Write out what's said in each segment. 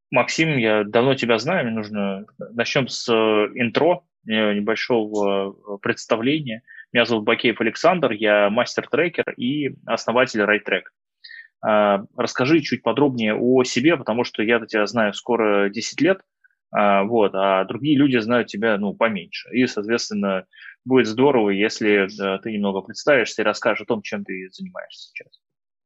Максим, я давно тебя знаю, мне нужно... Начнем с интро, небольшого представления. Меня зовут Бакеев Александр, я мастер-трекер и основатель RideTrack. Расскажи чуть подробнее о себе, потому что я тебя знаю скоро 10 лет, вот, а другие люди знают тебя, ну, поменьше. И, соответственно, будет здорово, если ты немного представишься и расскажешь о том, чем ты занимаешься сейчас.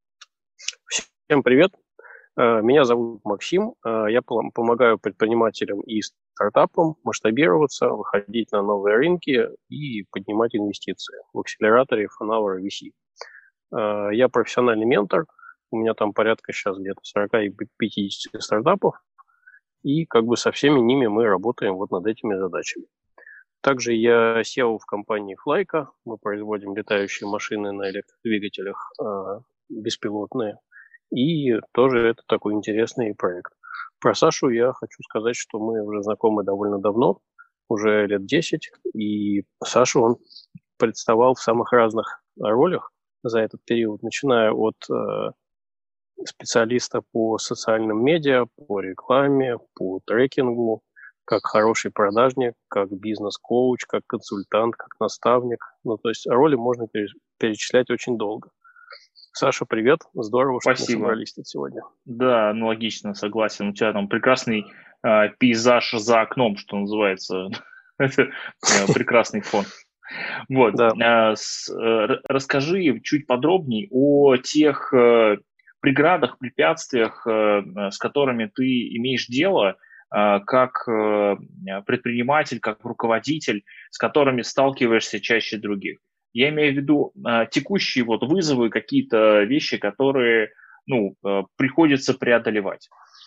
Всем привет. Меня зовут Максим. Я помогаю предпринимателям и стартапам масштабироваться, выходить на новые рынки и поднимать инвестиции в акселераторе Фанауэр VC. Я профессиональный ментор. У меня там порядка сейчас где-то 40 и 50 стартапов. И как бы со всеми ними мы работаем вот над этими задачами. Также я SEO в компании Flyka. Мы производим летающие машины на электродвигателях, беспилотные. И тоже это такой интересный проект. Про Сашу я хочу сказать, что мы уже знакомы довольно давно, уже лет 10. И Сашу он представал в самых разных ролях за этот период, начиная от специалиста по социальным медиа, по рекламе, по трекингу, как хороший продажник, как бизнес-коуч, как консультант, как наставник. Ну, то есть роли можно перечислять очень долго. Саша, привет. Здорово, что мы Спасибо. собрались тут сегодня. Да, ну логично, согласен. У тебя там прекрасный пейзаж за окном, что называется. Это прекрасный фон. Вот. Да. Расскажи чуть подробней о тех преградах, препятствиях, с которыми ты имеешь дело, как предприниматель, как руководитель, с которыми сталкиваешься чаще других. Я имею в виду текущие вот вызовы, какие-то вещи, которые ну, приходится преодолевать.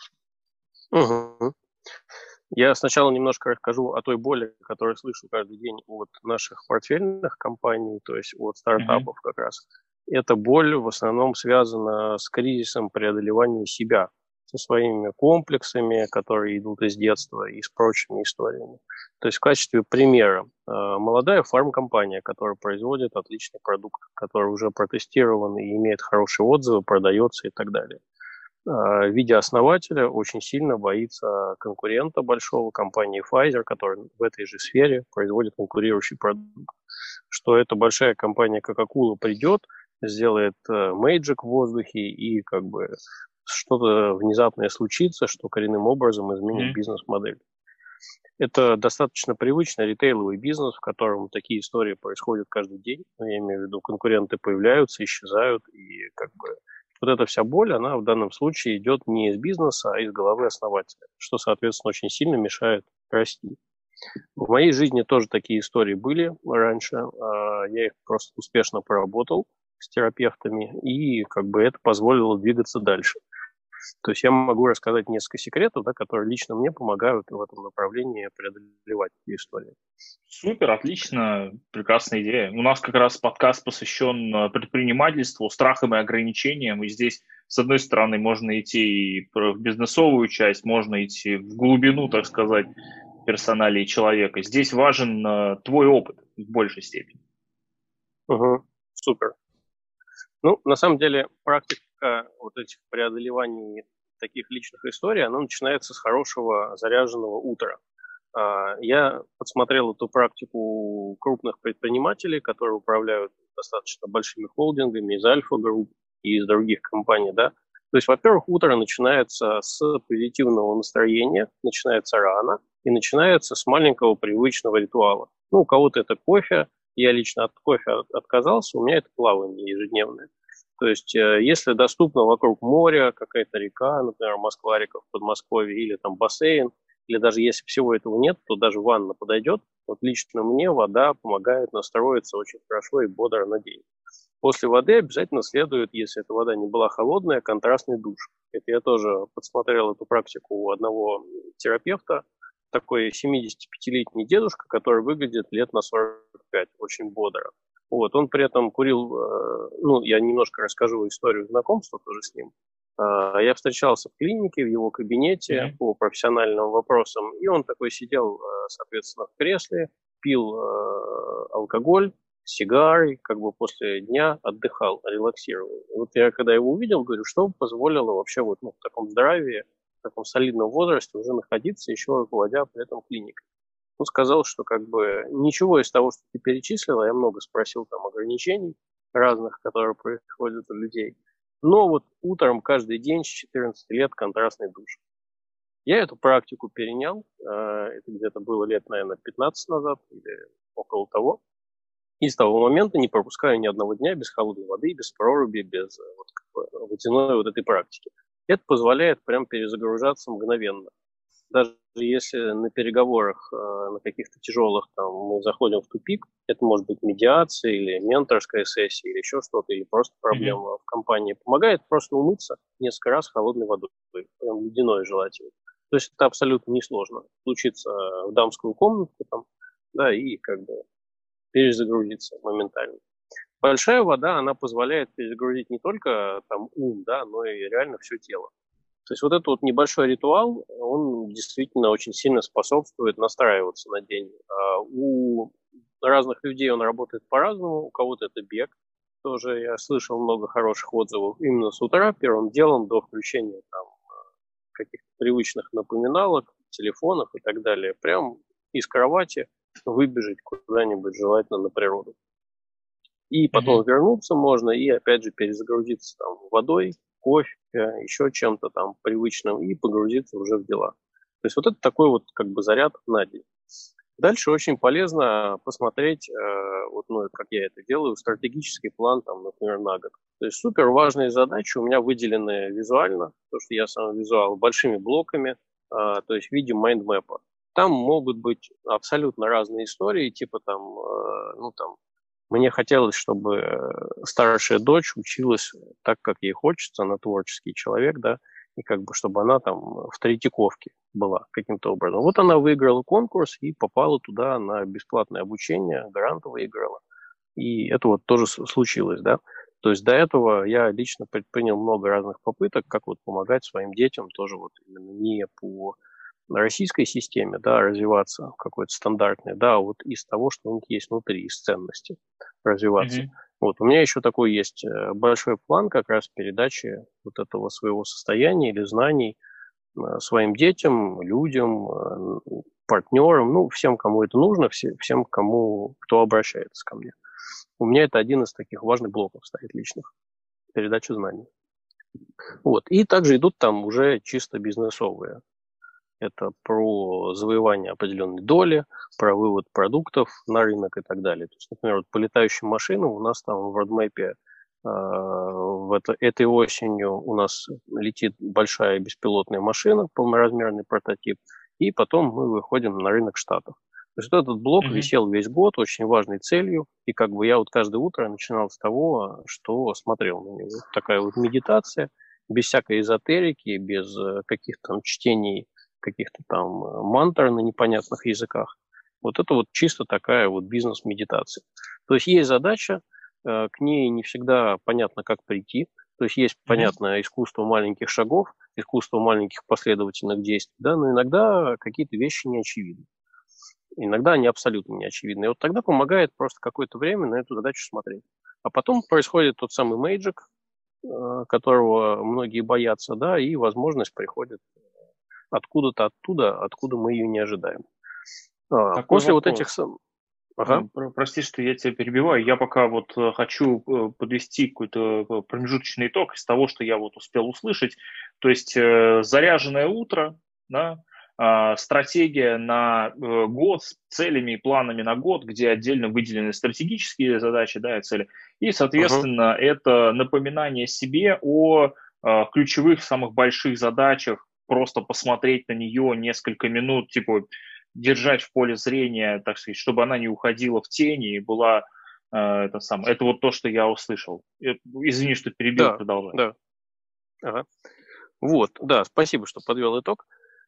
Угу. Я сначала немножко расскажу о той боли, которую слышу каждый день от наших портфельных компаний, то есть от Мгм. стартапов как раз. Эта боль в основном связана с кризисом преодолевания себя, со своими комплексами, которые идут из детства, и с прочими историями. То есть в качестве примера, молодая фармкомпания, которая производит отличный продукт, который уже протестирован и имеет хорошие отзывы, продается и так далее, в виде основателя очень сильно боится конкурента большого, компании Pfizer, которая в этой же сфере производит конкурирующий продукт. Что эта большая компания как акула придет, сделает мейджик в воздухе и как бы что-то внезапное случится, что коренным образом изменит Мгм. бизнес-модель. Это достаточно привычный ритейловый бизнес, в котором такие истории происходят каждый день. Я имею в виду, конкуренты появляются, исчезают, и как бы вот эта вся боль, она в данном случае идет не из бизнеса, а из головы основателя, что, соответственно, очень сильно мешает расти. В моей жизни тоже такие истории были раньше. Я их просто успешно проработал с терапевтами, и как бы это позволило двигаться дальше. То есть я могу рассказать несколько секретов, да, которые лично мне помогают в этом направлении преодолевать эти истории. Супер, отлично, прекрасная идея. У нас как раз подкаст посвящен предпринимательству, страхам и ограничениям. И здесь, с одной стороны, можно идти и в бизнесовую часть, можно идти в глубину, так сказать, персоналии человека. Здесь важен твой опыт в большей степени. Угу. Супер. Ну, на самом деле, практика вот этих преодолеваний таких личных историй, она начинается с хорошего заряженного утра. Я подсмотрел эту практику у крупных предпринимателей, которые управляют достаточно большими холдингами из Альфа Групп и из других компаний, да. То есть, во-первых, утро начинается с позитивного настроения, начинается рано и начинается с маленького привычного ритуала. Ну, у кого-то это кофе, я лично от кофе отказался, у меня это плавание ежедневное. То есть, если доступно вокруг моря, какая-то река, например, Москва-река в Подмосковье, или там бассейн, или даже если всего этого нет, то даже ванна подойдет. Вот лично мне вода помогает настроиться очень хорошо и бодро на день. После воды обязательно следует, если эта вода не была холодная, контрастный душ. Это я тоже подсмотрел эту практику у одного терапевта, такой 75-летний дедушка, который выглядит лет на 45, очень бодро. Вот, он при этом курил, ну, я немножко расскажу историю знакомства тоже с ним. Я встречался в клинике, в его кабинете Мгм. по профессиональным вопросам, и он такой сидел, соответственно, в кресле, пил алкоголь, сигары, как бы после дня отдыхал, релаксировал. И вот я когда его увидел, говорю, что позволило вообще вот ну, в таком здравии таком солидном возрасте уже находиться, еще руководя при этом клиникой. Он сказал, что как бы ничего из того, что ты перечислила, я много спросил там ограничений разных, которые происходят у людей. Но вот утром каждый день с 14 лет контрастный душ. Я эту практику перенял, это где-то было лет, наверное, 15 назад или около того. И с того момента не пропускаю ни одного дня без холодной воды, без проруби, без вот, как бы, водяной вот этой практики. Это позволяет прям перезагружаться мгновенно. Даже если на переговорах, на каких-то тяжелых, там, мы заходим в тупик, это может быть медиация или менторская сессия, или еще что-то, или просто проблема в компании, помогает просто умыться несколько раз холодной водой, прям ледяной желательно. То есть это абсолютно несложно. Случиться в дамскую комнатку, там, да, и как бы перезагрузиться моментально. Большая вода, она позволяет перезагрузить не только там ум, да, но и реально все тело. То есть вот этот вот небольшой ритуал, он действительно очень сильно способствует настраиваться на день. У разных людей он работает по-разному, у кого-то это бег. Тоже я слышал много хороших отзывов именно с утра, первым делом, до включения там каких-то привычных напоминалок, телефонов и так далее. Прям из кровати выбежать куда-нибудь, желательно на природу. И потом вернуться можно и опять же перезагрузиться там водой, кофе, еще чем-то там привычным и погрузиться уже в дела. То есть вот это такой вот как бы заряд на день. Дальше очень полезно посмотреть, вот, ну, как я это делаю, стратегический план, там, например, на год. То есть супер важные задачи у меня выделены визуально, потому что я сам визуал, большими блоками, то есть в виде майндмэпа. Там могут быть абсолютно разные истории, типа там, ну там, мне хотелось, чтобы старшая дочь училась так, как ей хочется, она творческий человек, да, и как бы, чтобы она там в Третьяковке была каким-то образом. Вот она выиграла конкурс и попала туда на бесплатное обучение, грант выиграла. И это вот тоже случилось, да. То есть до этого я лично предпринял много разных попыток, как вот помогать своим детям тоже вот именно не по российской системе, да, развиваться какой-то стандартный, да, вот из того, что у них есть внутри, из ценностей развиваться. Вот, у меня еще такой есть большой план как раз передачи вот этого своего состояния или знаний своим детям, людям, партнерам, ну, всем, кому это нужно, всем, кто обращается ко мне. У меня это один из таких важных блоков стоит личных, передача знаний. Вот, и также идут там уже чисто бизнесовые. Это про завоевание определенной доли, про вывод продуктов на рынок и так далее. То есть, например, вот по летающим машинам у нас там в родмэпе этой осенью у нас летит большая беспилотная машина, полноразмерный прототип, и потом мы выходим на рынок Штатов. То есть этот блок висел весь год, очень важной целью, и как бы я вот каждое утро начинал с того, что смотрел на него. Такая вот медитация, без всякой эзотерики, без каких-то там чтений каких-то там мантр на непонятных языках. Вот это вот чисто такая вот бизнес-медитация. То есть есть задача, к ней не всегда понятно, как прийти. То есть есть понятное искусство маленьких шагов, искусство маленьких последовательных действий, да, но иногда какие-то вещи не очевидны. Иногда они абсолютно не очевидны. И вот тогда помогает просто какое-то время на эту задачу смотреть. А потом происходит тот самый мейджик, которого многие боятся, да, и возможность приходит откуда-то оттуда, откуда мы ее не ожидаем. После вопрос. вот этих... Ага. Прости, что я тебя перебиваю. Я пока вот хочу подвести какой-то промежуточный итог из того, что я вот успел услышать. То есть заряженное утро, да, стратегия на год с целями и планами на год, где отдельно выделены стратегические задачи, да, и цели. И, соответственно, это напоминание себе о ключевых, самых больших задачах, просто посмотреть на нее несколько минут, типа держать в поле зрения, так сказать, чтобы она не уходила в тени и была это самое. Это вот то, что я услышал. Извини, что перебил, Да, продолжай. Да. Ага. Вот, да, спасибо, что подвел итог.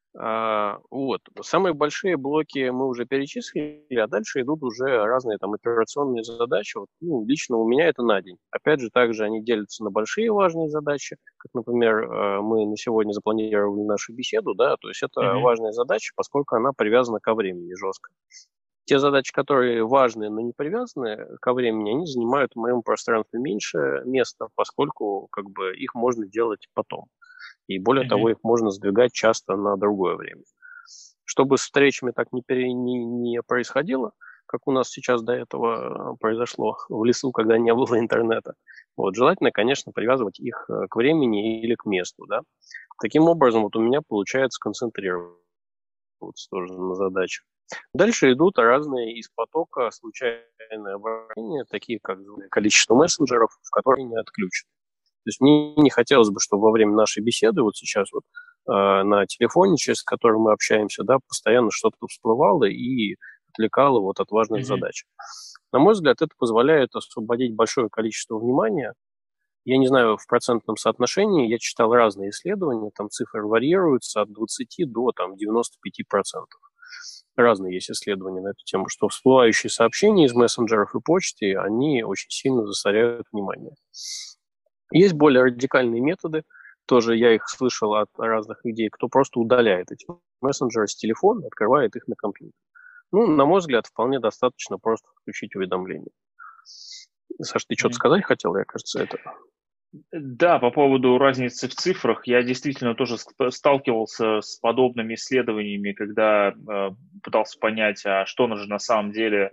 Вот. Самые большие блоки мы уже перечислили, а дальше идут уже разные там операционные задачи. Вот, ну, лично у меня это на день. Опять же, также они делятся на большие важные задачи, как, например, мы на сегодня запланировали нашу беседу, да, то есть это важная задача, поскольку она привязана ко времени жестко. Те задачи, которые важные, но не привязаны ко времени, они занимают в моем пространстве меньше места, поскольку как бы их можно делать потом. И более того, их можно сдвигать часто на другое время. Чтобы с встречами так не происходило, как у нас сейчас до этого произошло в лесу, когда не было интернета, вот, желательно, конечно, привязывать их к времени или к месту. Да? Таким образом, вот у меня получается концентрироваться тоже на задачах. Дальше идут разные из потока случайные обращения, такие как количество мессенджеров, в которые не отключены. То есть мне не хотелось бы, чтобы во время нашей беседы, вот сейчас вот на телефоне, через который мы общаемся, да, постоянно что-то всплывало и отвлекало вот от важных задач. На мой взгляд, это позволяет освободить большое количество внимания. Я не знаю в процентном соотношении, я читал разные исследования, там цифры варьируются от 20 до там, 95%. Разные есть исследования на эту тему, что всплывающие сообщения из мессенджеров и почты, они очень сильно засоряют внимание. Есть более радикальные методы, тоже я их слышал от разных людей, кто просто удаляет эти мессенджеры с телефона, открывает их на компьютер. Ну, на мой взгляд, вполне достаточно просто включить уведомления. Саш, ты что-то сказать хотел, я, кажется, это... Да, по поводу разницы в цифрах, я действительно тоже сталкивался с подобными исследованиями, когда пытался понять, а что же на самом деле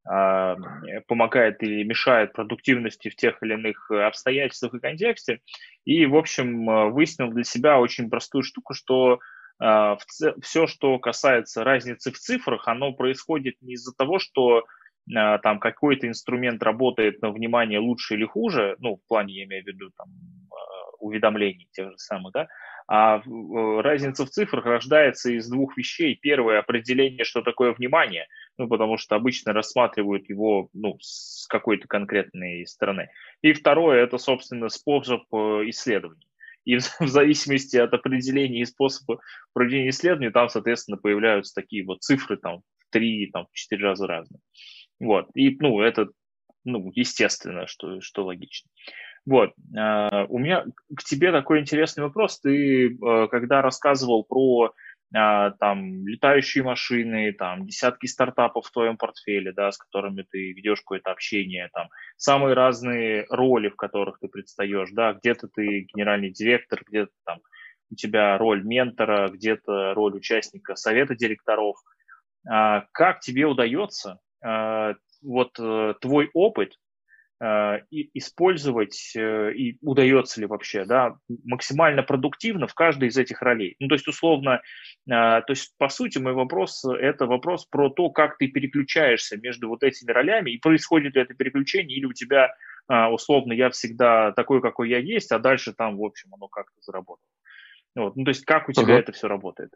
помогает или мешает продуктивности в тех или иных обстоятельствах и контексте. И, в общем, выяснил для себя очень простую штуку, что все, что касается разницы в цифрах, оно происходит не из-за того, что там какой-то инструмент работает на внимание лучше или хуже, ну, в плане, я имею в виду, там, уведомлений тех же самых, да, а разница в цифрах рождается из двух вещей. Первое – определение, что такое внимание, ну, потому что обычно рассматривают его, ну, с какой-то конкретной стороны. И второе – это, собственно, способ исследования. И в зависимости от определения и способа проведения исследований, там, соответственно, появляются такие вот цифры, там, в 3, там, в 4 раза разные. Вот, и, ну, это, ну, естественно, что логично. Вот, у меня к тебе такой интересный вопрос. Ты, когда рассказывал про, там, летающие машины, там, десятки стартапов в твоем портфеле, да, с которыми ты ведешь какое-то общение, там, самые разные роли, в которых ты предстаешь, да, где-то ты генеральный директор, где-то там у тебя роль ментора, где-то роль участника совета директоров. Как тебе удается вот твой опыт использовать и удается ли вообще, да, максимально продуктивно в каждой из этих ролей? Ну, то есть, условно, то есть, по сути, мой вопрос – это вопрос про то, как ты переключаешься между вот этими ролями, и происходит ли это переключение, или у тебя, условно, я всегда такой, какой я есть, а дальше там, в общем, оно как-то заработало. Вот. Ну, то есть, как у тебя это все работает?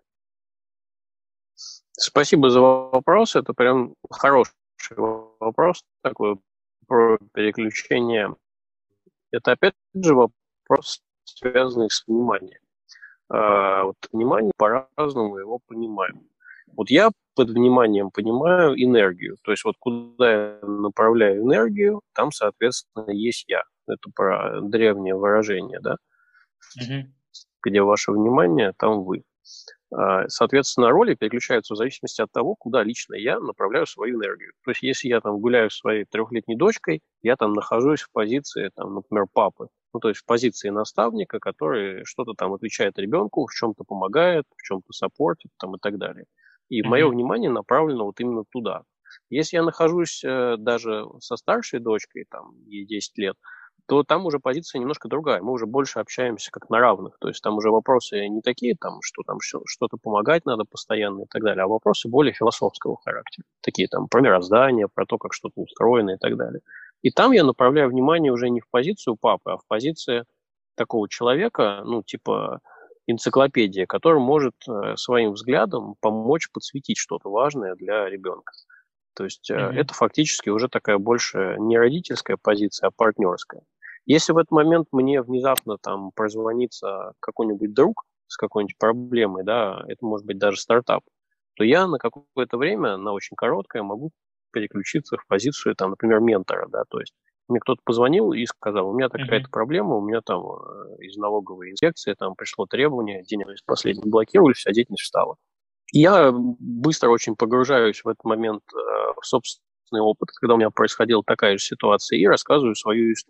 Спасибо за вопрос. Это прям хороший вопрос такой про переключение. Это опять же вопрос, связанный с вниманием. Вот внимание по-разному его понимаем. Вот я под вниманием понимаю энергию. То есть вот куда я направляю энергию, там, соответственно, есть я. Это про древнее выражение, да? Где ваше внимание, там вы. Соответственно, роли переключаются в зависимости от того, куда лично я направляю свою энергию. То есть, если я там гуляю с своей 3-летней дочкой, я там нахожусь в позиции, там, например, папы. Ну, то есть в позиции наставника, который что-то там отвечает ребенку, в чем-то помогает, в чем-то саппортит там, и так далее. И мое внимание направлено вот именно туда. Если я нахожусь даже со старшей дочкой, там, ей 10 лет, то там уже позиция немножко другая. Мы уже больше общаемся как на равных. То есть там уже вопросы не такие, там, что там что-то помогать надо постоянно и так далее, а вопросы более философского характера. Такие там про мироздание, про то, как что-то устроено и так далее. И там я направляю внимание уже не в позицию папы, а в позицию такого человека, ну, типа энциклопедия, который может своим взглядом помочь подсветить что-то важное для ребенка. То есть это фактически уже такая больше не родительская позиция, а партнерская. Если в этот момент мне внезапно там прозвонится какой-нибудь друг с какой-нибудь проблемой, да, это может быть даже стартап, то я на какое-то время, на очень короткое, могу переключиться в позицию, там, например, ментора, да, то есть мне кто-то позвонил и сказал, у меня такая-то проблема, у меня там из налоговой инспекции там пришло требование, денежность последний блокировали, вся деятельность встала. И я быстро очень погружаюсь в этот момент в собственный опыт, когда у меня происходила такая же ситуация, и рассказываю свою историю.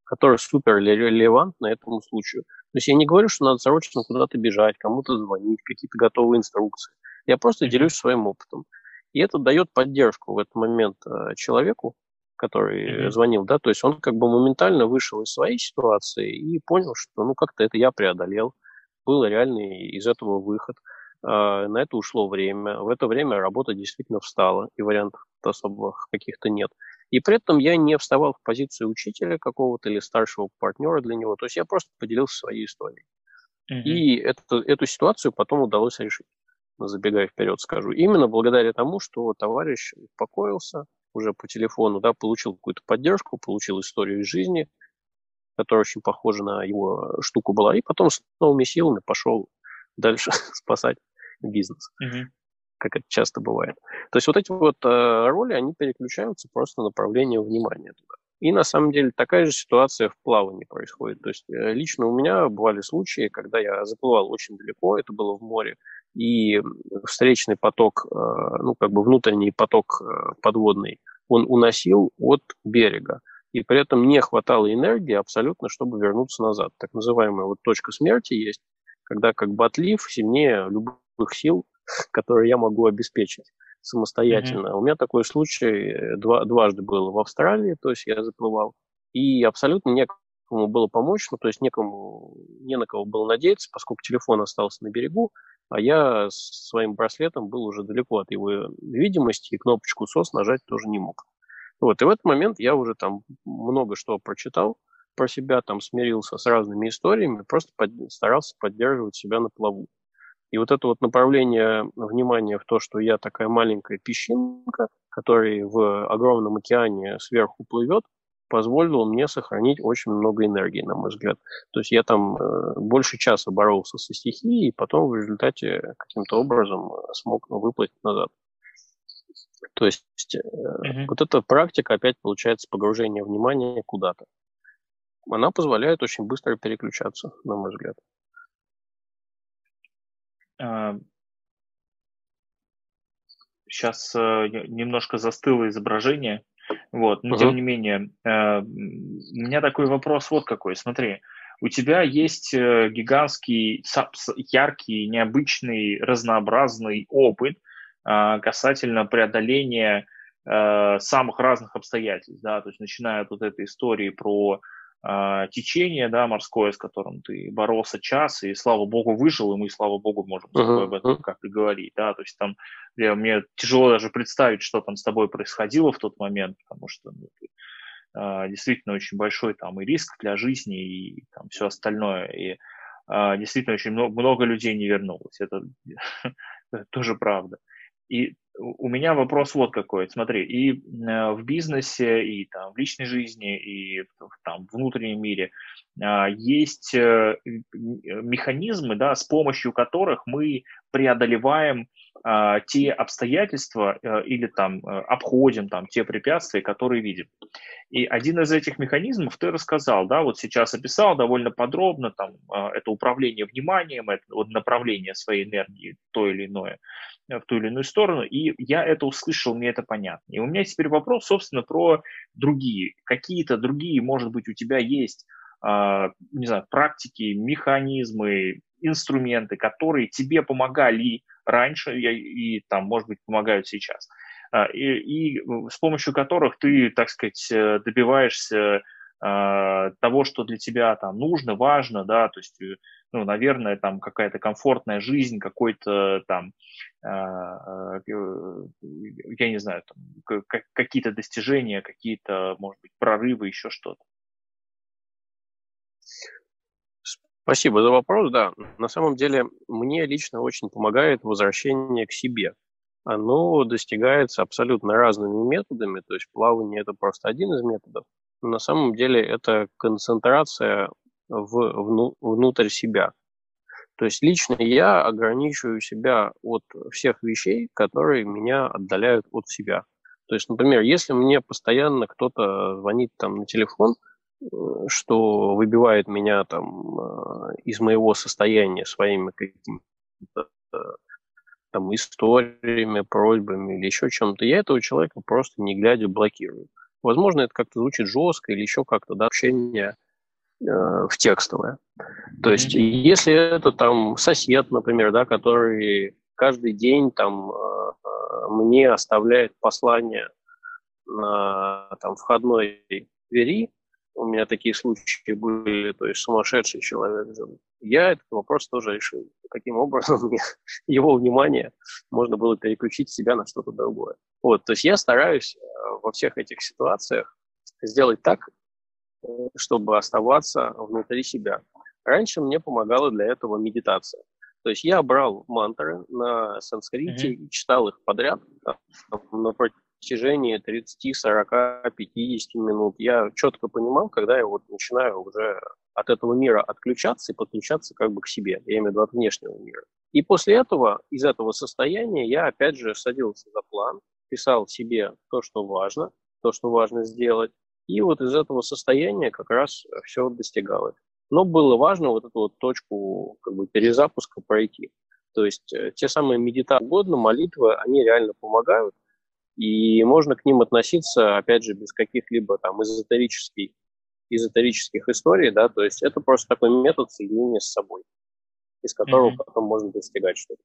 которая супер релевантна этому случаю. То есть я не говорю, что надо срочно куда-то бежать, кому-то звонить, какие-то готовые инструкции. Я просто Мгм. делюсь своим опытом. И это дает поддержку в этот момент человеку, который Мгм. звонил, да, то есть он как бы моментально вышел из своей ситуации и понял, что ну как-то это я преодолел, был реальный из этого выход. На это ушло время, в это время работа действительно встала, и вариантов особых каких-то нет. И при этом я не вставал в позицию учителя какого-то или старшего партнера для него, то есть я просто поделился своей историей. Мгм. И эту ситуацию потом удалось решить, забегая вперед скажу. Именно благодаря тому, что товарищ успокоился уже по телефону, да, получил какую-то поддержку, получил историю из жизни, которая очень похожа на его штуку была, и потом с новыми силами пошел дальше спасать бизнес, Мгм. как это часто бывает. То есть вот эти вот роли, они переключаются просто на направление внимания туда. И на самом деле такая же ситуация в плавании происходит. То есть лично у меня бывали случаи, когда я заплывал очень далеко, это было в море, и встречный поток, ну как бы внутренний поток подводный, он уносил от берега. И при этом не хватало энергии абсолютно, чтобы вернуться назад. Так называемая вот точка смерти есть, когда как бы отлив сильнее любых сил, которые я могу обеспечить Мгм. самостоятельно. У меня такой случай дважды был в Австралии, то есть я заплывал, и абсолютно некому было помочь, ну, то есть не на кого было надеяться, поскольку телефон остался на берегу, а я с своим браслетом был уже далеко от его видимости, и кнопочку SOS нажать тоже не мог. Вот, и в этот момент я уже там много что прочитал про себя, там смирился с разными историями, просто старался поддерживать себя на плаву. И вот это вот направление внимания в то, что я такая маленькая песчинка, которая в огромном океане сверху плывет, позволило мне сохранить очень много энергии, на мой взгляд. То есть я там больше часа боролся со стихией, и потом в результате каким-то образом смог выплыть назад. То есть Мгм. вот эта практика, опять получается, погружение внимания куда-то. Она позволяет очень быстро переключаться, на мой взгляд. Сейчас немножко застыло изображение, вот, но тем Угу, не менее, у меня такой вопрос вот какой. Смотри, у тебя есть гигантский, яркий, необычный, разнообразный опыт касательно преодоления самых разных обстоятельств, да, то есть начиная от вот этой истории про течение, да, морское, с которым ты боролся час, и, слава богу, выжил, и мы, слава богу, можем с тобой об этом угу, как и говорить, да, то есть там мне тяжело даже представить, что там с тобой происходило в тот момент, потому что ну, действительно очень большой там и риск для жизни, и там все остальное, и действительно очень много людей не вернулось, это тоже правда. И у меня вопрос вот какой. Смотри, и в бизнесе, и там в личной жизни, и там в внутреннем мире есть механизмы, да, с помощью которых мы преодолеваем те обстоятельства или там обходим там те препятствия, которые видим. И один из этих механизмов ты рассказал, да, вот сейчас описал довольно подробно, там, это управление вниманием, это вот направление своей энергии в то или иное, в ту или иную сторону, и я это услышал, мне это понятно. И у меня теперь вопрос, собственно, про другие. Какие-то другие, может быть, у тебя есть, не знаю, практики, механизмы, инструменты, которые тебе помогали раньше там, может быть, помогают сейчас. И с помощью которых ты, так сказать, добиваешься того, что для тебя там нужно, важно, да, то есть, ну, наверное, там какая-то комфортная жизнь, какой-то там, я не знаю, там, какие-то достижения, какие-то, может быть, прорывы, еще что-то. Спасибо за вопрос, да. На самом деле, мне лично очень помогает возвращение к себе. Оно достигается абсолютно разными методами, то есть плавание – это просто один из методов, но на самом деле это концентрация внутрь себя. То есть лично я ограничиваю себя от всех вещей, которые меня отдаляют от себя. То есть, например, если мне постоянно кто-то звонит там на телефон, что выбивает меня там из моего состояния своими какими-то там историями, просьбами или еще чем-то, я этого человека просто не глядя блокирую. Возможно, это как-то звучит жестко или еще как-то, да, общение в текстовое. То есть, если это там сосед, например, да, который каждый день там мне оставляет послание на там, входной двери, у меня такие случаи были, то есть сумасшедший человек. Я этот вопрос тоже решил. Каким образом его внимание можно было переключить себя на что-то другое. Вот, то есть я стараюсь во всех этих ситуациях сделать так, чтобы оставаться внутри себя. Раньше мне помогала для этого медитация. То есть я брал мантры на санскрите и читал их подряд на протяжении 30, 40, 50 минут. Я четко понимал, когда я вот начинаю уже от этого мира отключаться и подключаться как бы к себе, я имею в виду от внешнего мира. И после этого, из этого состояния я опять же садился за план, писал себе то, что важно сделать, и вот из этого состояния как раз все достигалось. Но было важно вот эту вот точку как бы перезапуска пройти. То есть те самые медитации угодно, молитвы, они реально помогают, и можно к ним относиться, опять же, без каких-либо там эзотерических историй, да, то есть это просто такой метод соединения с собой, из которого потом можно достигать что-то.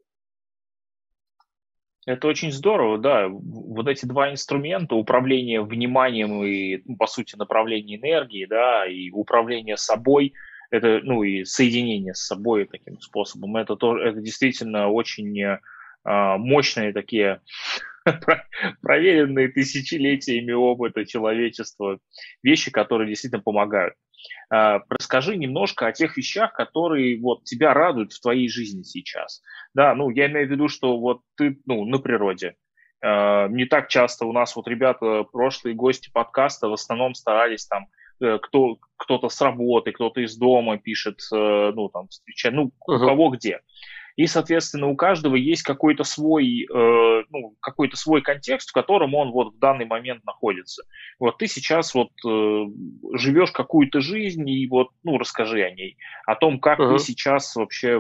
Это очень здорово, да. Вот эти два инструмента, управление вниманием и, по сути, направление энергии, да, и управление собой, это, и соединение с собой таким способом, это действительно очень мощные такие проверенные тысячелетиями опыта человечества вещи, которые действительно помогают. Расскажи немножко о тех вещах, которые вот тебя радуют в твоей жизни сейчас. Да, я имею в виду, что вот ты, на природе. Не так часто у нас вот ребята, прошлые гости подкаста, в основном старались там кто-то с работы, кто-то из дома пишет, встречать, у кого где. И, соответственно, у каждого есть какой-то свой контекст, в котором он вот в данный момент находится. Вот ты сейчас вот живешь какую-то жизнь, и вот, расскажи о ней, о том, как ты сейчас вообще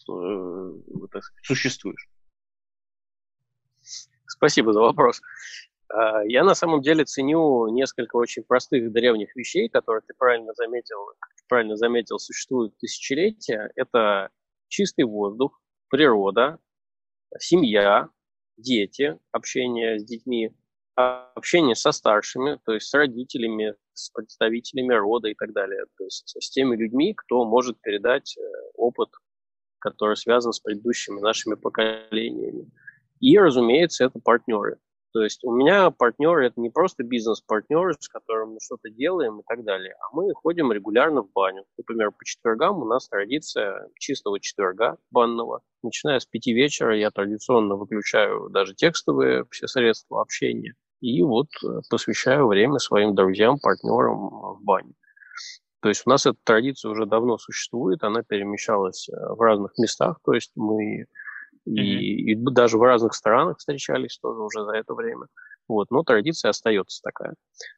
существуешь. Спасибо за вопрос. Я на самом деле ценю несколько очень простых древних вещей, которые ты правильно заметил, существуют тысячелетия. Это чистый воздух, природа, семья, дети, общение с детьми, общение со старшими, то есть с родителями, с представителями рода и так далее. То есть с теми людьми, кто может передать опыт, который связан с предыдущими нашими поколениями. И, разумеется, это партнеры. То есть у меня партнеры – это не просто бизнес-партнеры, с которыми мы что-то делаем и так далее, а мы ходим регулярно в баню. Например, по четвергам у нас традиция чистого четверга банного. Начиная с 5 вечера я традиционно выключаю даже текстовые все средства общения и вот посвящаю время своим друзьям, партнерам в бане. То есть у нас эта традиция уже давно существует, она перемещалась в разных местах, то есть мы и даже в разных странах встречались тоже уже за это время. Вот, но традиция остается такая.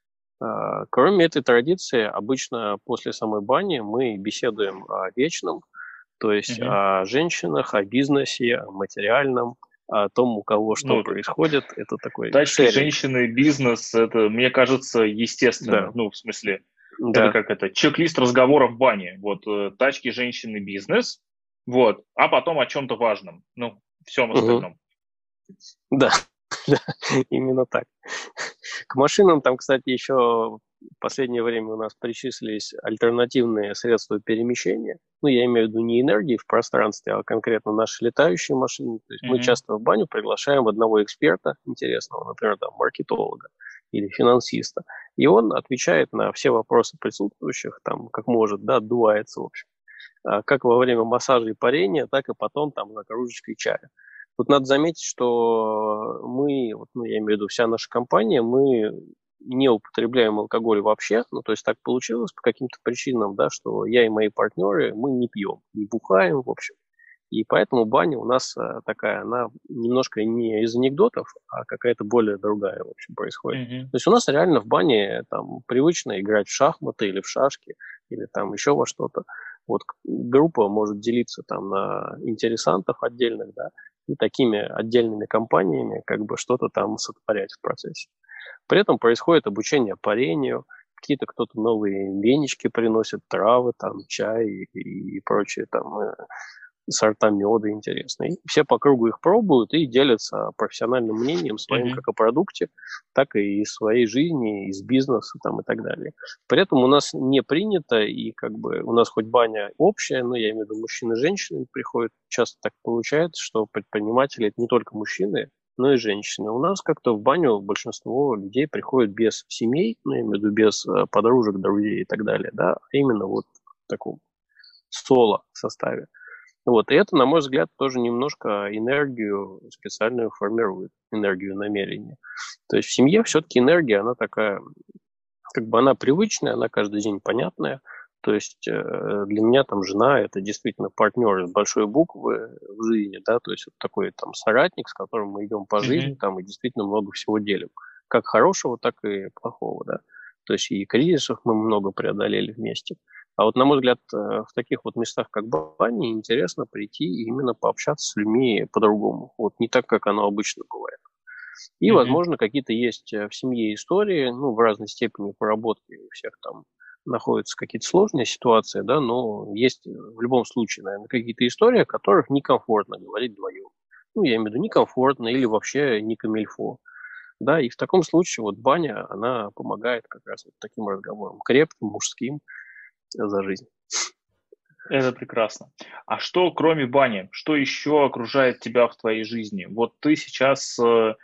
Кроме этой традиции, обычно после самой бани мы беседуем о вечном, то есть о женщинах, о бизнесе, о материальном, о том, у кого что происходит. Это такой тачки, шеринг. женщины, бизнес, это, мне кажется, естественно. Да. В смысле, да. это чек-лист разговора в бане. Вот тачки, женщины, бизнес. Вот, а потом о чем-то важном, всем остальном. Да, именно так. К машинам там, кстати, еще в последнее время у нас причислились альтернативные средства перемещения. Я имею в виду не энергии в пространстве, а конкретно наши летающие машины. То есть мы часто в баню приглашаем одного эксперта интересного, например, там, маркетолога или финансиста. И он отвечает на все вопросы присутствующих, там, как может, да, отдувается, в общем. Как во время массажа и парения, так и потом там за кружечкой чая. Тут надо заметить, что мы, я имею в виду вся наша компания, мы не употребляем алкоголь вообще, то есть так получилось по каким-то причинам, да, что я и мои партнеры, мы не пьем, не бухаем, в общем. И поэтому баня у нас такая, она немножко не из анекдотов, а какая-то более другая, в общем, происходит. То есть у нас реально в бане там привычно играть в шахматы или в шашки, или там еще во что-то. Вот группа может делиться там на интересантов отдельных, да, и такими отдельными компаниями как бы что-то там сотворять в процессе. При этом происходит обучение парению, какие-то кто-то новые венички приносит, травы, там, чай и прочие там сорта меда интересные. И все по кругу их пробуют и делятся профессиональным мнением своим как о продукте, так и из своей жизни, из бизнеса там, и так далее. При этом у нас не принято, и как бы у нас хоть баня общая, но я имею в виду мужчины и женщины приходят, часто так получается, что предприниматели это не только мужчины, но и женщины. У нас как-то в баню большинство людей приходят без семей, ну, я имею в виду без подружек, друзей и так далее, да, а именно вот в таком соло составе. Вот, и это, на мой взгляд, тоже немножко энергию специальную формирует, энергию намерения. То есть в семье все-таки энергия, она такая, как бы она привычная, она каждый день понятная. То есть для меня там жена это действительно партнер из большой буквы в жизни, да, то есть вот такой там соратник, с которым мы идем по жизни, там и действительно много всего делим. Как хорошего, так и плохого, да. То есть и кризисов мы много преодолели вместе. А вот, на мой взгляд, в таких вот местах, как баня, интересно прийти и именно пообщаться с людьми по-другому. Вот не так, как оно обычно бывает. И, возможно, какие-то есть в семье истории, ну, в разной степени проработки у всех там находятся какие-то сложные ситуации, да, но есть в любом случае, наверное, какие-то истории, о которых некомфортно говорить вдвоем. Ну, я имею в виду некомфортно или вообще не камильфо. Да, и в таком случае вот баня, она помогает как раз вот таким разговорам, крепким, мужским, за жизнь. Это прекрасно. А что, кроме бани, что еще окружает тебя в твоей жизни? Вот ты сейчас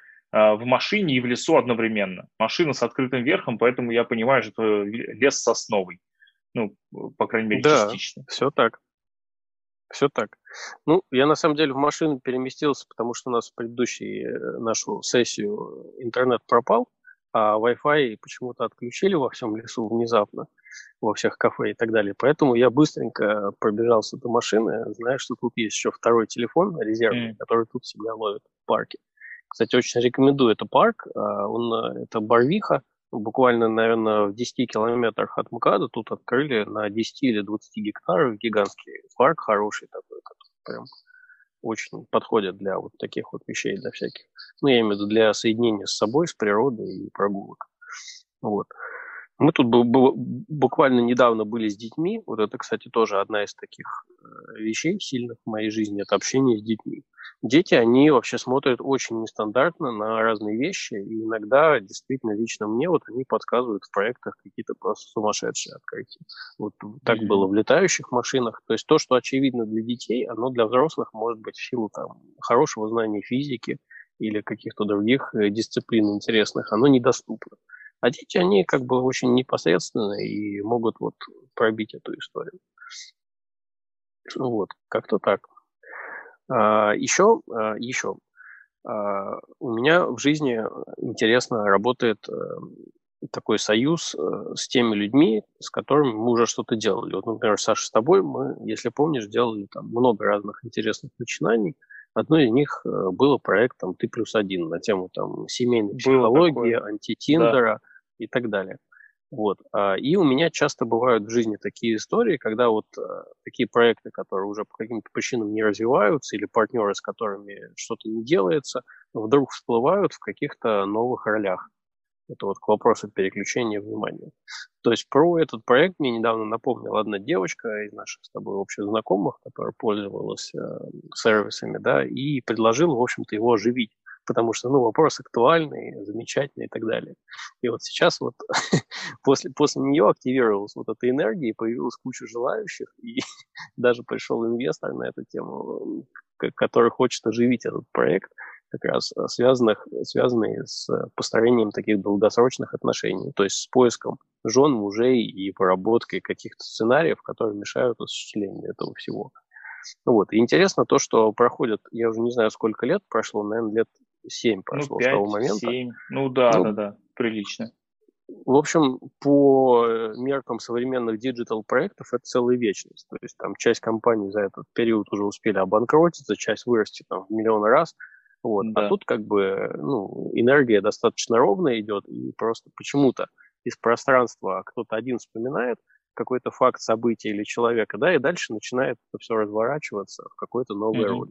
в машине и в лесу одновременно. Машина с открытым верхом, поэтому я понимаю, что это лес сосновый. Ну, по крайней мере, Да, частично. все так. Все так. Ну, я на самом деле в машину переместился, потому что у нас в предыдущую нашу сессию интернет пропал, а Wi-Fi почему-то отключили во всем лесу внезапно, во всех кафе и так далее. Поэтому я быстренько пробежался до машины, зная, что тут есть еще второй телефон резервный, который тут себя ловит в парке. Кстати, очень рекомендую. Это парк, это Барвиха, буквально, наверное, в 10 километрах от МКАДа тут открыли на 10 или 20 гектаров гигантский парк хороший такой, который прям очень подходит для вот таких вот вещей, для всяких. Ну, я имею в виду для соединения с собой, с природой и прогулок. Вот. Мы тут буквально недавно были с детьми. Вот это, кстати, тоже одна из таких вещей сильных в моей жизни. Это общение с детьми. Дети, они вообще смотрят очень нестандартно на разные вещи. И иногда, действительно, лично мне, вот они подсказывают в проектах какие-то просто сумасшедшие открытия. Вот так было в летающих машинах. То есть то, что очевидно для детей, оно для взрослых может быть в силу там, хорошего знания физики или каких-то других дисциплин интересных, оно недоступно. А дети, они как бы очень непосредственны и могут вот пробить эту историю. Вот, как-то так. Еще у меня в жизни интересно работает такой союз с теми людьми, с которыми мы уже что-то делали. Вот, например, Саша, с тобой мы, если помнишь, делали там много разных интересных начинаний. Одно из них было проектом «Ты плюс один» на тему там семейной психологии, антитиндера и так далее. Вот. И у меня часто бывают в жизни такие истории, когда вот такие проекты, которые уже по каким-то причинам не развиваются, или партнеры, с которыми что-то не делается, вдруг всплывают в каких-то новых ролях. Это вот к вопросу переключения внимания. То есть про этот проект мне недавно напомнила одна девочка из наших с тобой общих знакомых, которая пользовалась сервисами, да, и предложила, в общем-то, его оживить. Потому что, ну, вопрос актуальный, замечательный и так далее. И вот сейчас вот после нее активировалась вот эта энергия, и появилась куча желающих, и даже пришел инвестор на эту тему, который хочет оживить этот проект, как раз связанные с построением таких долгосрочных отношений, то есть с поиском жен, мужей и проработкой каких-то сценариев, которые мешают осуществлению этого всего. Вот. И интересно то, что проходит, я уже не знаю, сколько лет прошло, наверное, лет 7 прошло 5, с того момента. 7. Ну да, прилично. В общем, по меркам современных диджитал-проектов это целая вечность. То есть там часть компаний за этот период уже успели обанкротиться, часть вырасти там в миллион раз. Вот. Да. А тут как бы энергия достаточно ровная идет, и просто почему-то из пространства кто-то один вспоминает какой-то факт, события или человека, да, и дальше начинает это все разворачиваться в какой-то новой роли.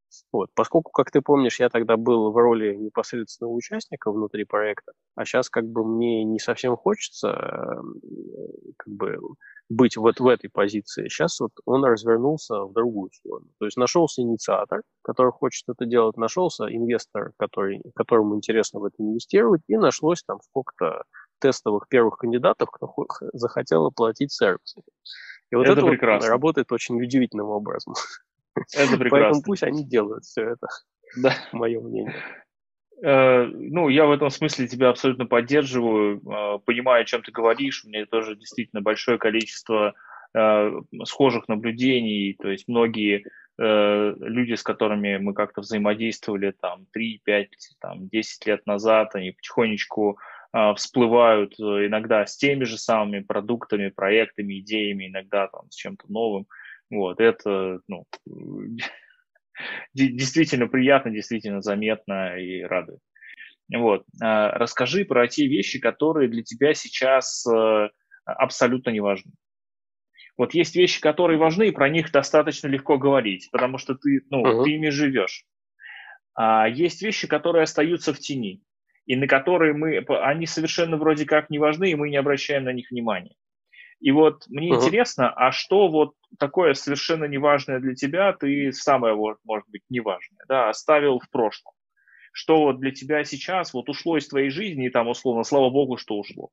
Вот. Поскольку, как ты помнишь, я тогда был в роли непосредственного участника внутри проекта, а сейчас как бы мне не совсем хочется как бы быть вот в этой позиции. Сейчас вот он развернулся в другую сторону. То есть нашелся инициатор, который хочет это делать, нашелся инвестор, которому интересно в это инвестировать, и нашлось там сколько-то тестовых первых кандидатов, кто захотел оплатить сервис. И вот Это это вот прекрасно. работает очень удивительным образом. Это Поэтому прекрасно. пусть они делают все это, Да. мое мнение. Ну, я в этом смысле тебя абсолютно поддерживаю, понимаю, о чем ты говоришь. У меня тоже действительно большое количество схожих наблюдений. То есть многие люди, с которыми мы как-то взаимодействовали там 3, 5, там, 10 лет назад, они потихонечку всплывают иногда с теми же самыми продуктами, проектами, идеями, иногда там с чем-то новым. Вот, это, ну, действительно приятно, действительно заметно и радует. Вот. Расскажи про те вещи, которые для тебя сейчас абсолютно не важны. Вот есть вещи, которые важны, и про них достаточно легко говорить, потому что ты, ну, Мгм. ты ими живешь. А есть вещи, которые остаются в тени, и на которые они совершенно вроде как не важны, и мы не обращаем на них внимания. И вот мне Мгм. интересно, а что вот такое совершенно неважное для тебя, ты самое, вот, может быть, неважное, да, оставил в прошлом? Что вот для тебя сейчас вот ушло из твоей жизни, и там условно, слава богу, что ушло?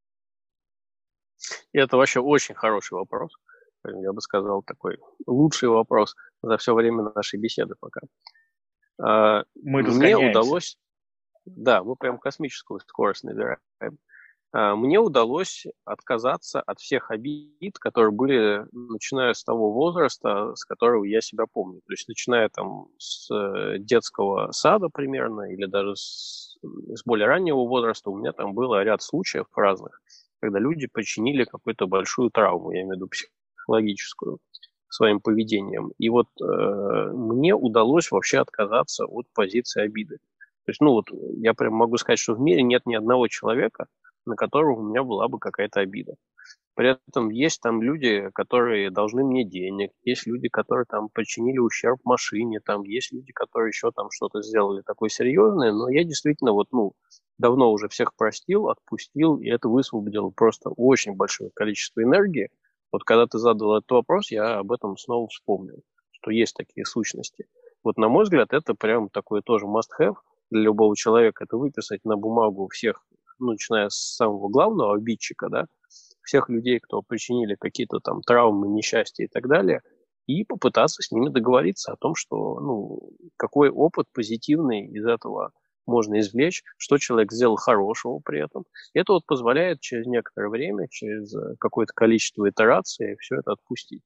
И это вообще очень хороший вопрос. Я бы сказал, такой лучший вопрос за все время нашей беседы пока. Мы Мне разгоняемся. удалось, да, мы прям космическую скорость набираем. Мне удалось отказаться от всех обид, которые были, начиная с того возраста, с которого я себя помню. То есть, начиная там с детского сада примерно, или даже с более раннего возраста, у меня там было ряд случаев разных, когда люди причинили какую-то большую травму, я имею в виду психологическую, своим поведением. И вот мне удалось вообще отказаться от позиции обиды. То есть, ну вот, я прям могу сказать, что в мире нет ни одного человека, на которого у меня была бы какая-то обида. При этом есть там люди, которые должны мне денег, есть люди, которые там причинили ущерб машине, там есть люди, которые еще там что-то сделали такое серьезное, но я действительно вот, ну, давно уже всех простил, отпустил, и это высвободило просто очень большое количество энергии. Вот когда ты задал этот вопрос, я об этом снова вспомнил, что есть такие сущности. Вот на мой взгляд, это прям такой тоже must-have для любого человека, это выписать на бумагу всех, ну, начиная с самого главного обидчика, да, всех людей, кто причинили какие-то там травмы, несчастья и так далее, и попытаться с ними договориться о том, что, ну, какой опыт позитивный из этого можно извлечь, что человек сделал хорошего при этом. Это вот позволяет через некоторое время, через какое-то количество итераций все это отпустить.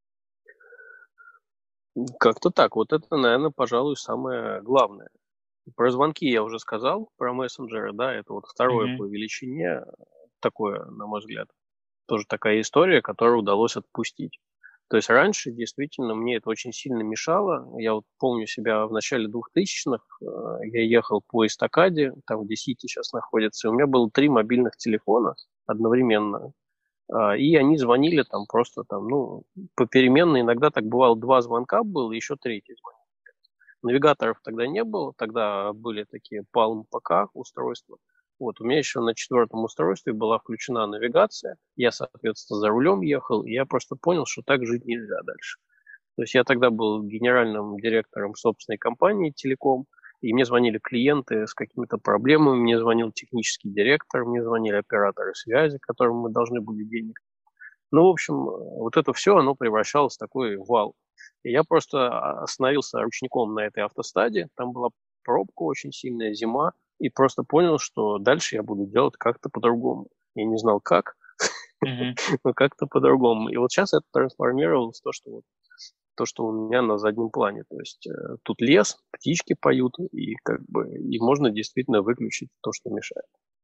Как-то так. Вот это, наверное, пожалуй, самое главное. Про звонки я уже сказал, про мессенджеры, да, это вот второе по Мгм. величине, такое, на мой взгляд, тоже такая история, которую удалось отпустить. То есть раньше действительно мне это очень сильно мешало. Я вот помню себя в начале 2000-х, я ехал по эстакаде, там где Сити сейчас находится, и у меня было 3 мобильных телефона одновременно. И они звонили там просто там, ну, попеременно, иногда так бывало, 2 звонка было, еще третий звонок. Навигаторов тогда не было, тогда были такие Palm PK устройства. Вот, у меня еще на 4-м устройстве была включена навигация, я, соответственно, за рулем ехал, и я просто понял, что так жить нельзя дальше. То есть я тогда был генеральным директором собственной компании «Телеком», и мне звонили клиенты с какими-то проблемами, мне звонил технический директор, мне звонили операторы связи, которым мы должны были денег. Ну, в общем, вот это все, оно превращалось в такой вал. И я просто остановился ручником на этой автостаде, там была пробка очень сильная, зима, и просто понял, что дальше я буду делать как-то по-другому. Я не знал как, Мгм. но как-то по-другому. И вот сейчас это трансформировалось в то, что вот то, что у меня на заднем плане. То есть тут лес, птички поют, и как бы и можно действительно выключить то, что мешает.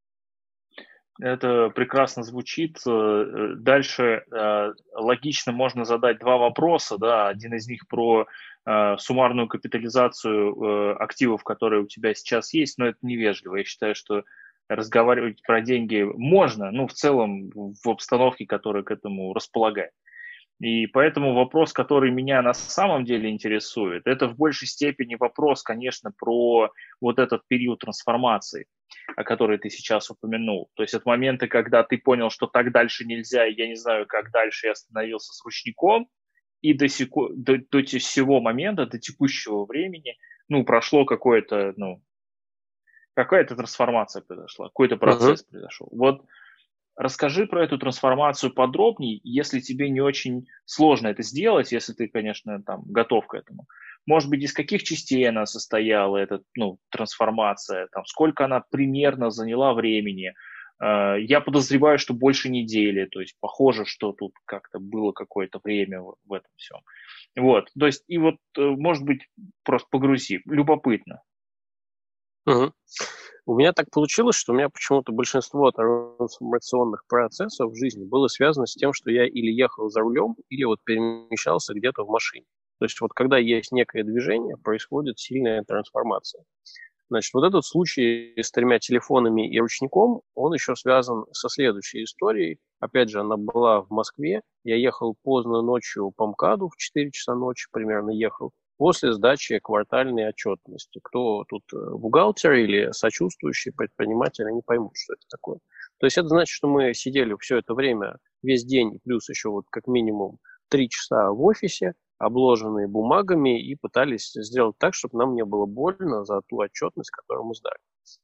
Это прекрасно звучит. Дальше логично можно задать два вопроса. Да? Один из них про суммарную капитализацию активов, которые у тебя сейчас есть, но это невежливо. Я считаю, что разговаривать про деньги можно, ну, в целом, в обстановке, которая к этому располагает. И поэтому вопрос, который меня на самом деле интересует, это в большей степени вопрос, конечно, про вот этот период трансформации, о которой ты сейчас упомянул. То есть от момента, когда ты понял, что так дальше нельзя, и я не знаю, как дальше я остановился с ручником, и до сего момента, до текущего времени, ну, прошло какое-то, ну, какая-то трансформация произошла, какой-то Мгм. процесс произошел. Вот расскажи про эту трансформацию подробней, если тебе не очень сложно это сделать, если ты, конечно, там готов к этому. Может быть, из каких частей она состояла, эта, ну, трансформация, там, сколько она примерно заняла времени. Я подозреваю, что больше недели, то есть похоже, что тут как-то было какое-то время в этом всем. Вот, то есть, и вот, может быть, просто погрузи. Любопытно. Мгм. У меня так получилось, что у меня почему-то большинство трансформационных процессов в жизни было связано с тем, что я или ехал за рулем, или вот перемещался где-то в машине. То есть вот когда есть некое движение, происходит сильная трансформация. Значит, вот этот случай с 3 телефонами и ручником, он еще связан со следующей историей. Опять же, она была в Москве. Я ехал поздно ночью по МКАДу, в 4 часа ночи примерно ехал, после сдачи квартальной отчетности. Кто тут бухгалтер или сочувствующий предприниматель, они поймут, что это такое. То есть это значит, что мы сидели все это время, весь день, плюс еще вот как минимум 3 часа в офисе, обложенные бумагами, и пытались сделать так, чтобы нам не было больно за ту отчетность, которую мы сдали.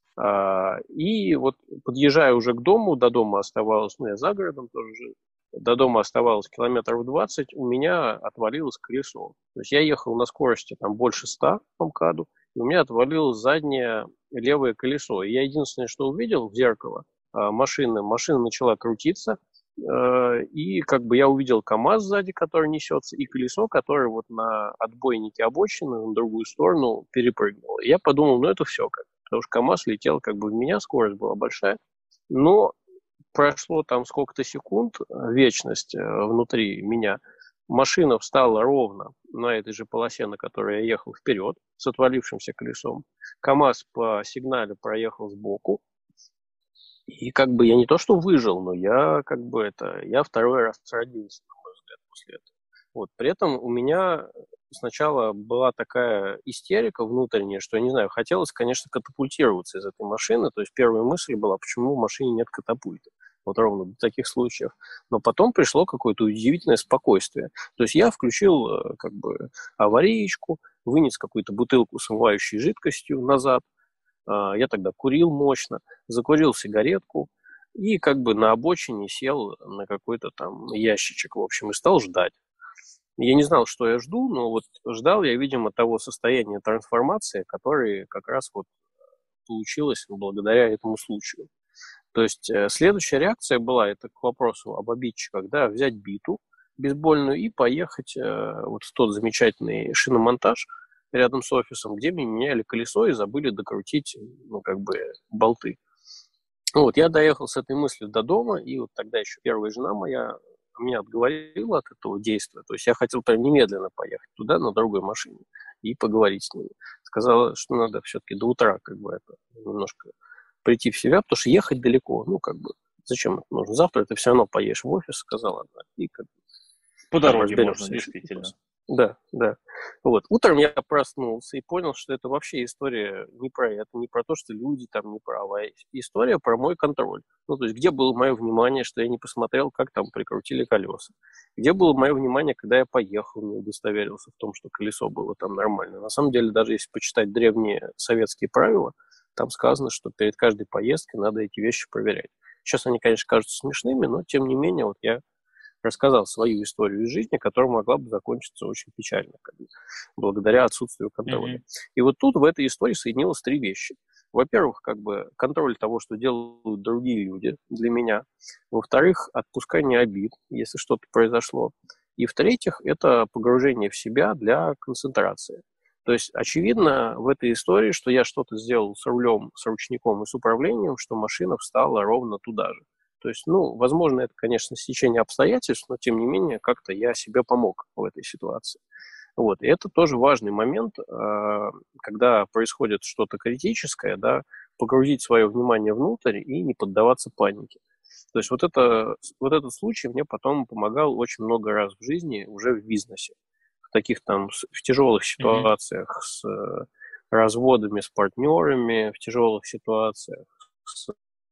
И вот подъезжая уже к дому, до дома оставалось, ну я за городом тоже жил, до дома оставалось километров 20, у меня отвалилось колесо. То есть я ехал на скорости там больше 100 по МКАДу, и у меня отвалилось заднее левое колесо. И я единственное, что увидел в зеркало, машина начала крутиться, и как бы я увидел КАМАЗ сзади, который несется, и колесо, которое вот на отбойнике обочины на другую сторону перепрыгнуло. И я подумал, ну это все как, потому что КАМАЗ летел как бы в меня, скорость была большая, но прошло там сколько-то секунд, вечность внутри меня, машина встала ровно на этой же полосе, на которой я ехал вперед, с отвалившимся колесом. КАМАЗ по сигналю проехал сбоку, и как бы я не то что выжил, но я как бы я второй раз родился, на мой взгляд, после этого. Вот. При этом у меня сначала была такая истерика внутренняя, что, я не знаю, хотелось, конечно, катапультироваться из этой машины. То есть первая мысль была, почему в машине нет катапульты. Вот ровно до таких случаев. Но потом пришло какое-то удивительное спокойствие. То есть я включил как бы аварийку, вынес какую-то бутылку с омывающей жидкостью назад. Я тогда курил мощно, закурил сигаретку и как бы на обочине сел на какой-то там ящичек, в общем, и стал ждать. Я не знал, что я жду, но вот ждал я, видимо, того состояния трансформации, которое как раз вот получилось благодаря этому случаю. То есть следующая реакция была, это к вопросу об обидчиках, да, взять биту бейсбольную и поехать вот в тот замечательный шиномонтаж рядом с офисом, где мне меняли колесо и забыли докрутить, ну, как бы, болты. Вот, я доехал с этой мыслью до дома, и вот тогда еще первая жена моя меня отговорила от этого действия. То есть я хотел прям немедленно поехать туда на другой машине и поговорить с ними. Сказала, что надо все-таки до утра как бы это немножко прийти в себя, потому что ехать далеко, ну, как бы, зачем это нужно? Завтра ты все равно поедешь в офис, сказала она, и как бы По там дороге можно, разберемся, решит действительно. вопрос. Да, да. Вот. Утром я проснулся и понял, что это вообще история не про это, не про то, что люди там не правы, а история про мой контроль. Ну, то есть, где было мое внимание, что я не посмотрел, как там прикрутили колеса? Где было мое внимание, когда я поехал, не удостоверился в том, что колесо было там нормально? На самом деле, даже если почитать древние советские правила, там сказано, что перед каждой поездкой надо эти вещи проверять. Сейчас они, конечно, кажутся смешными, но тем не менее, вот я рассказал свою историю из жизни, которая могла бы закончиться очень печально, как бы, благодаря отсутствию контроля. Мгм. И вот тут в этой истории соединилось три вещи. Во-первых, как бы контроль того, что делают другие люди для меня. Во-вторых, отпускание обид, если что-то произошло. И в-третьих, это погружение в себя для концентрации. То есть очевидно в этой истории, что я что-то сделал с рулем, с ручником и с управлением, что машина встала ровно туда же. То есть, ну, возможно, это, конечно, стечение обстоятельств, но, тем не менее, как-то я себе помог в этой ситуации. Вот. И это тоже важный момент, когда происходит что-то критическое, да, погрузить свое внимание внутрь и не поддаваться панике. То есть вот этот случай мне потом помогал очень много раз в жизни уже в бизнесе. В таких там, в тяжелых ситуациях с разводами с партнерами, в тяжелых ситуациях с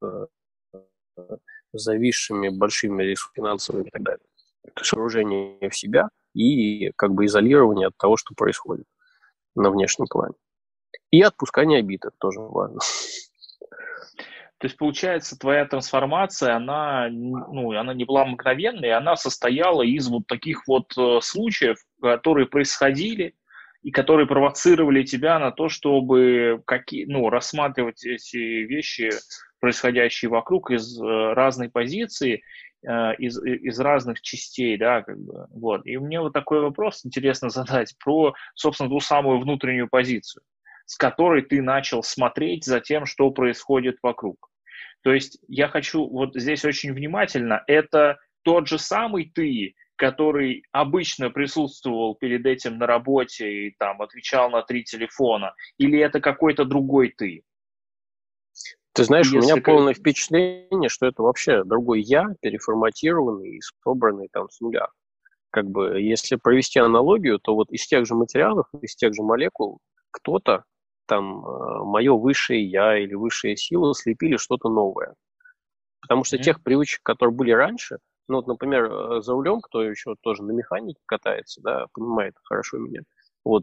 зависшими большими рисками финансовыми и так далее. То есть погружение в себя и как бы изолирование от того, что происходит на внешнем плане. И отпускание обид, это тоже важно. То есть, получается, твоя трансформация, она не была мгновенной, она состояла из вот таких вот случаев, которые происходили и которые провоцировали тебя на то, чтобы рассматривать эти вещи, происходящие вокруг, из разной позиции, из разных частей, да, как бы, вот. И мне вот такой вопрос интересно задать про, собственно, ту самую внутреннюю позицию, с которой ты начал смотреть за тем, что происходит вокруг. То есть я хочу вот здесь очень внимательно, это тот же самый ты, который обычно присутствовал перед этим на работе и там отвечал на 3 телефона, или это какой-то другой ты? Ты знаешь, у меня полное впечатление, что это вообще другой я, переформатированный и собранный там с нуля. Как бы, если провести аналогию, то вот из тех же материалов, из тех же молекул кто-то там мое высшее я или высшая сила слепили что-то новое. Потому что тех привычек, которые были раньше, ну вот, например, за рулем, кто еще тоже на механике катается, да, понимает хорошо меня, вот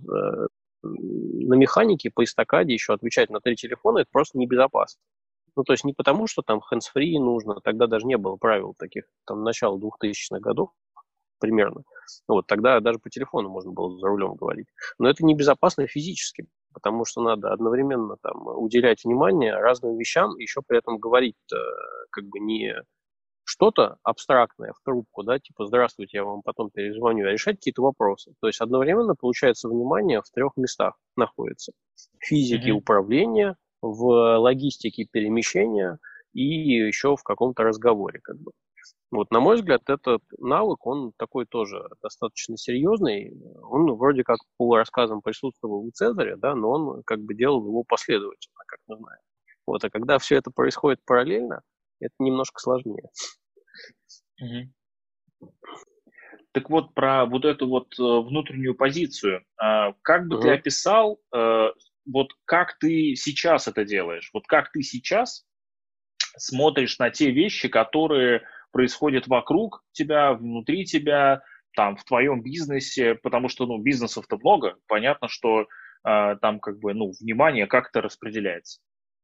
на механике по эстакаде еще отвечать на 3 телефона, это просто небезопасно. Ну, то есть не потому, что там hands-free нужно, тогда даже не было правил таких, там, начала 2000-х годов примерно. Вот, тогда даже по телефону можно было за рулем говорить. Но это небезопасно физически, потому что надо одновременно там уделять внимание разным вещам, и еще при этом говорить как бы не что-то абстрактное в трубку, да, типа «здравствуйте, я вам потом перезвоню», а решать какие-то вопросы. То есть одновременно, получается, внимание в 3 местах находится. В физике управления, в логистике перемещения и еще в каком-то разговоре, как бы. Вот, на мой взгляд, этот навык, он такой тоже достаточно серьезный. Он вроде как по рассказам присутствовал у Цезаря, да, но он как бы делал его последовательно, как мы знаем. Вот, а когда все это происходит параллельно, это немножко сложнее. Так вот, про вот эту вот внутреннюю позицию. Как бы ты описал, вот как ты сейчас это делаешь? Вот как ты сейчас смотришь на те вещи, которые происходят вокруг тебя, внутри тебя, там, в твоем бизнесе, потому что, бизнесов-то много, понятно, что там, как бы, внимание как-то распределяется.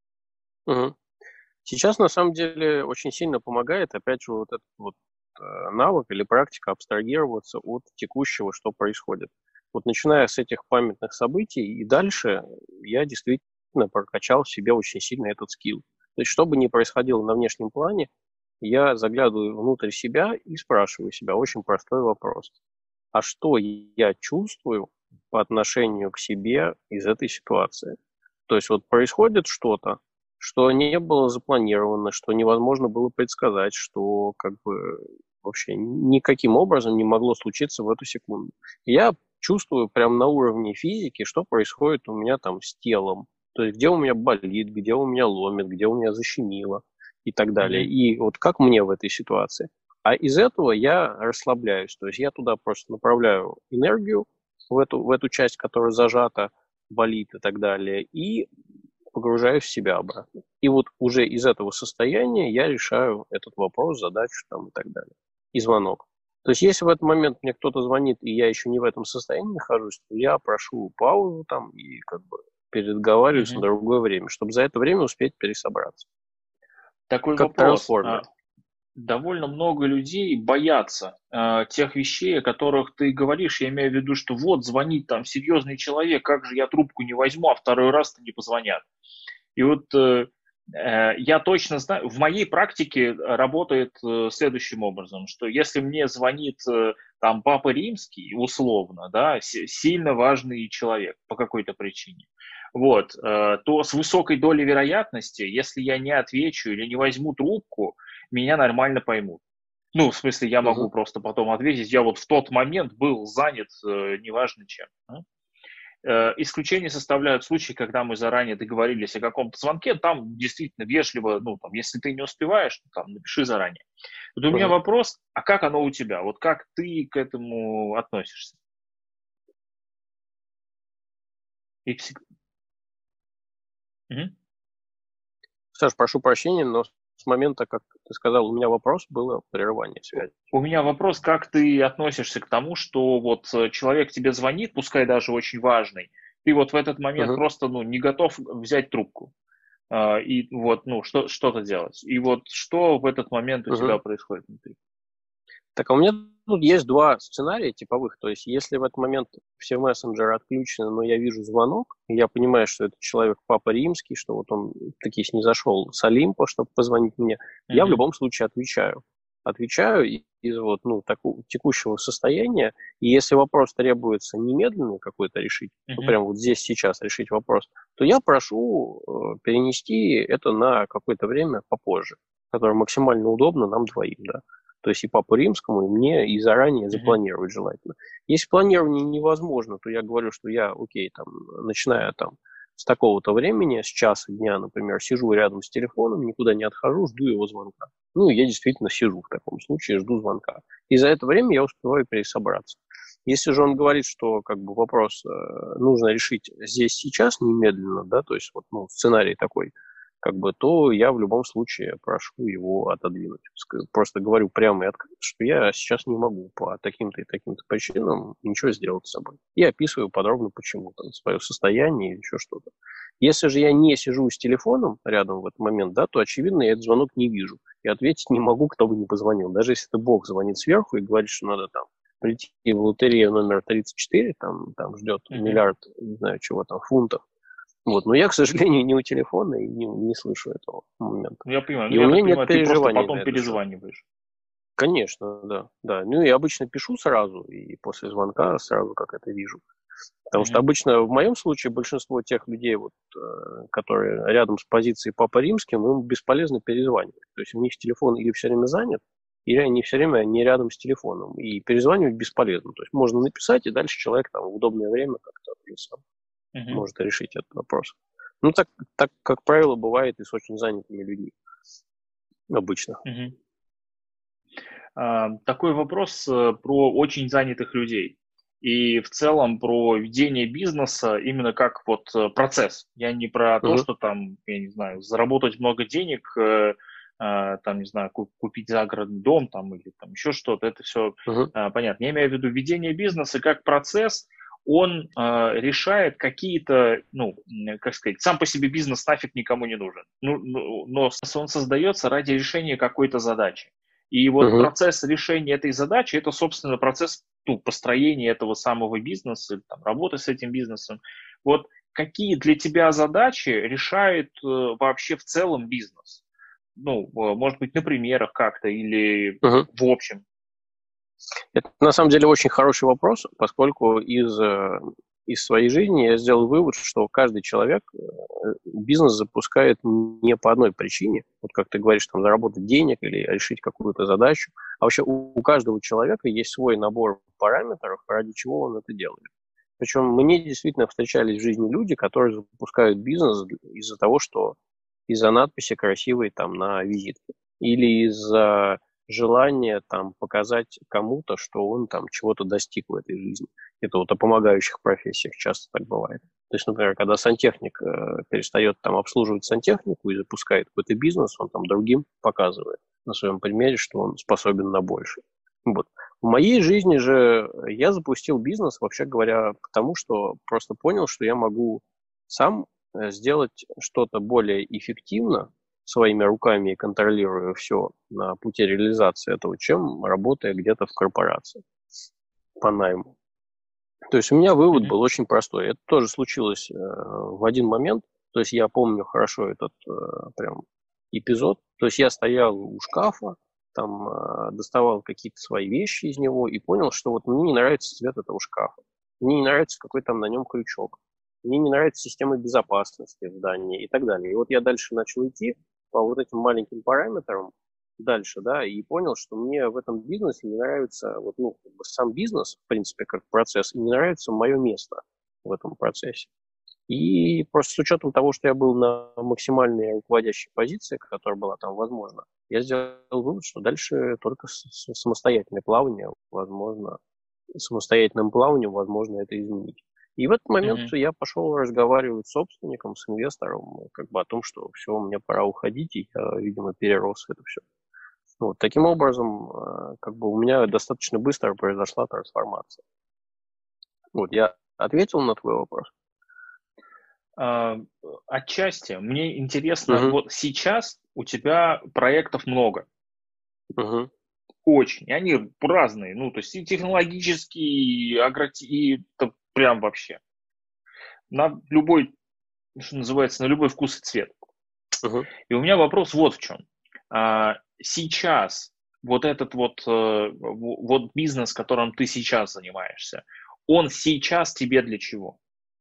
Сейчас, на самом деле, очень сильно помогает, опять же, вот этот вот навык или практика абстрагироваться от текущего, что происходит. Вот начиная с этих памятных событий и дальше я действительно прокачал в себе очень сильно этот скилл. То есть, что бы ни происходило на внешнем плане, я заглядываю внутрь себя и спрашиваю себя очень простой вопрос. А что я чувствую по отношению к себе из этой ситуации? То есть вот происходит что-то, что не было запланировано, что невозможно было предсказать, что как бы вообще никаким образом не могло случиться в эту секунду. Я чувствую прямо на уровне физики, что происходит у меня там с телом. То есть где у меня болит, где у меня ломит, где у меня защемило и так далее. И вот как мне в этой ситуации. А из этого я расслабляюсь. То есть я туда просто направляю энергию в эту часть, которая зажата, болит и так далее, и погружаюсь в себя обратно. И вот уже из этого состояния я решаю этот вопрос, задачу там и так далее. И звонок. То есть если в этот момент мне кто-то звонит, и я еще не в этом состоянии нахожусь, то я прошу паузу там и как бы переговариваюсь на другое время, чтобы за это время успеть пересобраться. Такой как вопрос. Трансформер. Довольно много людей боятся тех вещей, о которых ты говоришь. Я имею в виду, что вот звонит там серьезный человек, как же я трубку не возьму, а второй раз-то не позвонят. И вот я точно знаю, в моей практике работает следующим образом, что если мне звонит там Папа Римский, условно, да, сильно важный человек по какой-то причине, вот, то с высокой долей вероятности, если я не отвечу или не возьму трубку, меня нормально поймут. Ну, в смысле, я могу просто потом ответить, я вот в тот момент был занят неважно чем. Исключение составляют случаи, когда мы заранее договорились о каком-то звонке, там действительно вежливо, ну, там, если ты не успеваешь, там, напиши заранее. Вот у меня Мгм. вопрос, а как оно у тебя? Вот как ты к этому относишься? И Мгм. Саш, прошу прощения, но с момента, как ты сказал, у меня вопрос, было прерывание связи. У меня вопрос, как ты относишься к тому, что вот человек тебе звонит, пускай даже очень важный, ты вот в этот момент Мгм. просто, ну, не готов взять трубку, и вот, ну, что-то делать. И вот что в этот момент у тебя Мгм. происходит внутри? Так, а у меня тут есть два сценария типовых. То есть, если в этот момент все мессенджеры отключены, но я вижу звонок, и я понимаю, что это человек Папа Римский, что вот он таки снизошел с Олимпа, чтобы позвонить мне, я в Мгм. любом случае отвечаю. Отвечаю из вот, ну, такого текущего состояния. И если вопрос требуется немедленно какой-то решить, ну, Мгм. прямо вот здесь сейчас решить вопрос, то я прошу перенести это на какое-то время попозже, которое максимально удобно нам двоим, да. То есть и Папу Римскому, и мне, и заранее Мгм. запланировать желательно. Если планирование невозможно, то я говорю, что я, окей, там, начиная там с такого-то времени, с часа дня, например, сижу рядом с телефоном, никуда не отхожу, жду его звонка. Ну, я действительно сижу в таком случае, жду звонка. И за это время я успеваю пересобраться. Если же он говорит, что как бы вопрос нужно решить здесь сейчас немедленно, да, то есть вот ну, сценарий такой, как бы, то я в любом случае прошу его отодвинуть. Просто говорю прямо и открыто, что я сейчас не могу по таким-то и таким-то причинам ничего сделать с собой. И описываю подробно почему, там, свое состояние или еще что-то. Если же я не сижу с телефоном рядом в этот момент, да, то, очевидно, я этот звонок не вижу. И ответить не могу, кто бы ни позвонил. Даже если это Бог звонит сверху и говорит, что надо там прийти в лотерею номер 34, там ждет Мгм. миллиард, не знаю чего там, фунтов, вот. Но я, к сожалению, не у телефона и не слышу этого момента. Ну, я понимаю. Ну, И у я меня так нет понимаю, ты просто переживаний на потом этот счет. перезваниваешь. Конечно, да, да. Ну, я обычно пишу сразу, и после звонка сразу как это вижу. Потому что Мгм. обычно в моем случае большинство тех людей, вот, которые рядом с позицией Папа Римским, им бесполезно перезванивать. То есть у них телефон или все время занят, или они все время не рядом с телефоном. И перезванивать бесполезно. То есть можно написать, и дальше человек там в удобное время как-то сам Мгм. может решить этот вопрос. Ну, так, как правило, бывает и с очень занятыми людьми. Обычно. Мгм. Такой вопрос про очень занятых людей и в целом про ведение бизнеса именно как вот процесс. Я не про то, Мгм. что там, я не знаю, заработать много денег, там, не знаю, купить загородный дом там или там еще что-то. Это все Мгм. понятно. Я имею в виду ведение бизнеса как процесс. Он решает какие-то, ну, как сказать, сам по себе бизнес нафиг никому не нужен. Но он создается ради решения какой-то задачи. И вот Мгм. процесс решения этой задачи – это, собственно, процесс ну, построения этого самого бизнеса, или, там, работы с этим бизнесом. Вот какие для тебя задачи решает вообще в целом бизнес? Ну, может быть, на примерах как-то или Мгм. в общем. Это на самом деле очень хороший вопрос, поскольку из своей жизни я сделал вывод, что каждый человек бизнес запускает не по одной причине, вот как ты говоришь, там, заработать денег или решить какую-то задачу, а вообще у каждого человека есть свой набор параметров, ради чего он это делает. Причем мне действительно встречались в жизни люди, которые запускают бизнес из-за того, что из-за надписи красивой там на визитке или из-за желания там показать кому-то, что он там чего-то достиг в этой жизни. Это вот о помогающих профессиях часто так бывает. То есть, например, когда сантехник перестает там обслуживать сантехнику и запускает какой-то бизнес, он там другим показывает на своем примере, что он способен на больше. Вот. В моей жизни же я запустил бизнес, вообще говоря, потому что просто понял, что я могу сам сделать что-то более эффективно своими руками и контролируя все на пути реализации этого, чем работая где-то в корпорации по найму. То есть у меня вывод Мгм. был очень простой. Это тоже случилось в один момент. То есть я помню хорошо этот прям эпизод. То есть я стоял у шкафа, там доставал какие-то свои вещи из него и понял, что вот мне не нравится цвет этого шкафа. Мне не нравится, какой там на нем крючок. Мне не нравится система безопасности в здании и так далее. И вот я дальше начал идти по вот этим маленьким параметрам, дальше, да, и понял, что мне в этом бизнесе не нравится вот, ну, как бы сам бизнес, в принципе, как процесс, и не нравится мое место. в этом процессе. И просто с учетом того, что я был на максимальной руководящей позиции, которая была там возможна, я сделал вывод, что дальше только самостоятельное плавание возможно, самостоятельным плаванием возможно это изменить. И в этот момент Мгм. я пошел разговаривать с собственником, с инвестором, как бы о том, что все, мне пора уходить, и я, видимо, перерос это все. Вот, таким образом, как бы у меня достаточно быстро произошла трансформация. Вот, я ответил на твой вопрос. А, Отчасти мне интересно, Угу, вот сейчас у тебя проектов много, угу, очень, и они разные, ну, то есть и технологические, и это прям вообще на любой, что называется, на любой вкус и цвет. угу. И у меня вопрос вот в чем. Сейчас вот этот вот бизнес, которым ты сейчас занимаешься, он сейчас тебе для чего?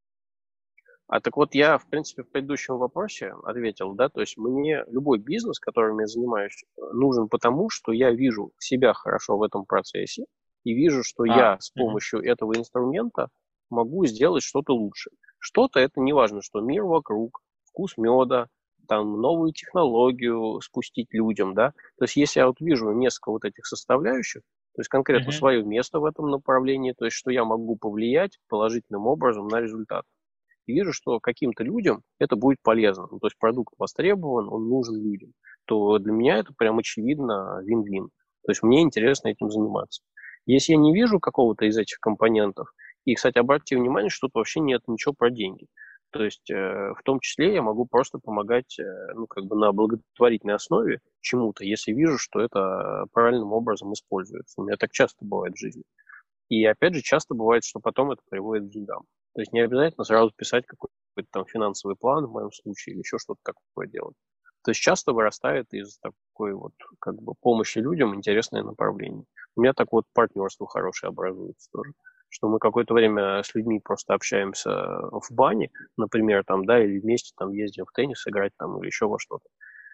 А так вот, я, в принципе, в предыдущем вопросе ответил, да, то есть мне любой бизнес, которым я занимаюсь, нужен потому, что я вижу себя хорошо в этом процессе и вижу, что я с Мгм, помощью этого инструмента могу сделать что-то лучше. Что-то это не важно, что мир вокруг, вкус меда, там новую технологию спустить людям, да. То есть если я вот вижу несколько вот этих составляющих, то есть конкретно мгм, свое место в этом направлении, то есть что я могу повлиять положительным образом на результат и вижу, что каким-то людям это будет полезно, ну, то есть продукт востребован, он нужен людям, то для меня это прям очевидно вин-вин. То есть мне интересно этим заниматься. Если я не вижу какого-то из этих компонентов, и, кстати, обратите внимание, что тут вообще нет ничего про деньги. То есть в том числе я могу просто помогать ну, как бы на благотворительной основе чему-то, если вижу, что это правильным образом используется. У меня так часто бывает в жизни. И опять же, часто бывает, что потом это приводит к деньгам. То есть не обязательно сразу писать какой-то там финансовый план в моем случае или еще что-то такое делать. То есть часто вырастает из такой вот как бы помощи людям интересное направление. У меня так вот партнерство хорошее образуется тоже, что мы какое-то время с людьми просто общаемся в бане, например, там, да, или вместе там ездим в теннис играть там или еще во что-то.